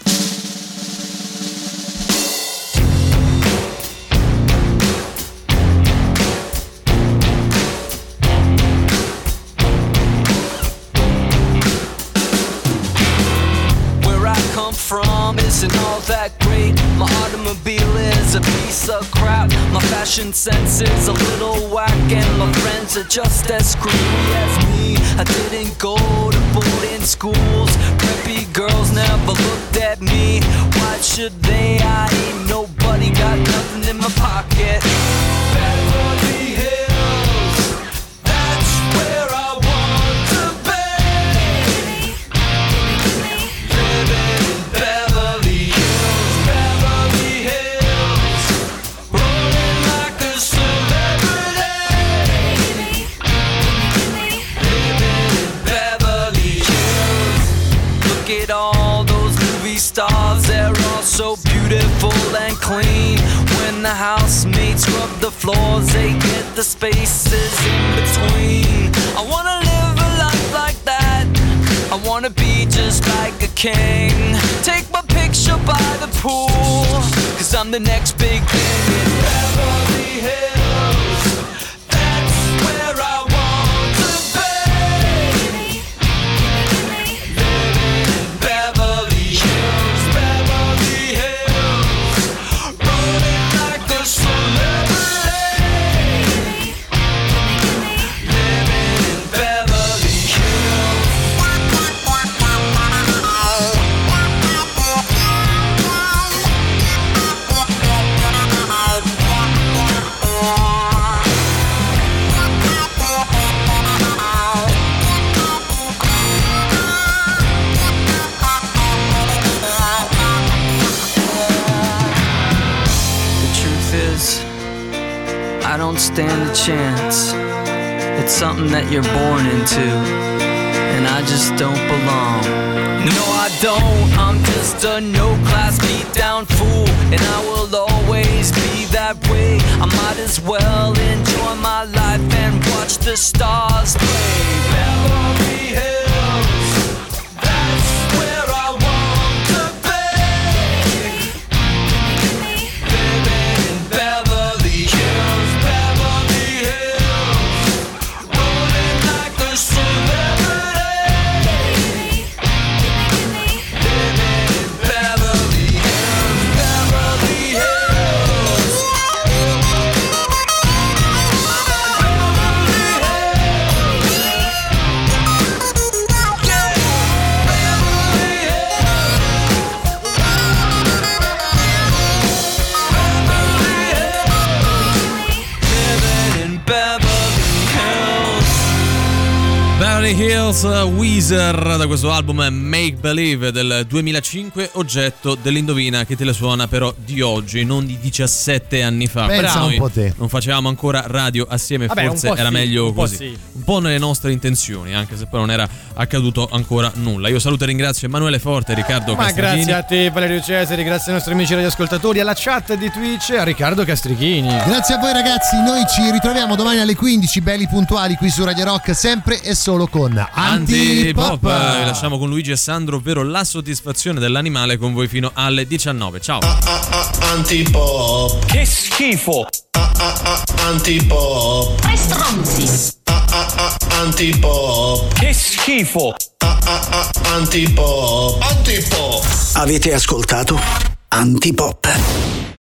Isn't all that great. My automobile is a piece of crap. My fashion sense is a little whack, and my friends are just as screwy as me. I didn't go to boarding schools. Preppy girls never looked at me. Why should they? I ain't nobody, got nothing in my pocket. Beverly Hills, that's where I want to be. Living in Beverly Hills, Beverly Hills, rolling like a celebrity. Living in Beverly Hills. Look at all those movie stars, they're all so beautiful and clean. When the housemates rub the floors, they get the spaces in between. I wanna live a life like that. I wanna be just like a king. Take my picture by the pool, 'cause I'm the next big thing in Beverly Hills. That's where I want to be. Living in Beverly Hills, Beverly Hills, rolling like a celebrity. Living in Beverly Hills. The truth is, I don't stand a chance. It's something that you're born into, and I just don't belong. No, I don't. I'm just a no-class beat-down fool, and I will always be that way. I might as well enjoy my life and watch the stars play. Beverly Hills, that's where I want to be. Living in Beverly Hills, Beverly Hills, rolling like a celebrity. Living in Beverly Hills, Beverly Hills. Beverly Hills. Beverly Hills, Weezer, da questo album Make Believe del 2005, oggetto dell'indovina che te la suona però di oggi, non di 17 anni fa. Pensa un po' te. Non facevamo ancora radio assieme, vabbè, forse era meglio così. Un po' nelle nostre intenzioni, anche se poi non era accaduto ancora nulla. Io saluto e ringrazio Emanuele Forte e Riccardo Castrichini. Grazie a te Valerio Cesari, grazie ai nostri amici radioascoltatori, alla chat di Twitch, a Riccardo Castrichini. Grazie a voi ragazzi, noi ci ritroviamo domani alle 15, belli puntuali qui su Radio Rock, sempre e solo con Antipop. Vi lasciamo con Luigi e Sandro, ovvero La soddisfazione dell'animale, con voi fino alle 19. Ciao. Antipop. Che schifo. Antipop. Tre stronzi. Antipop. Che schifo. Antipop. Antipop. Avete ascoltato Antipop.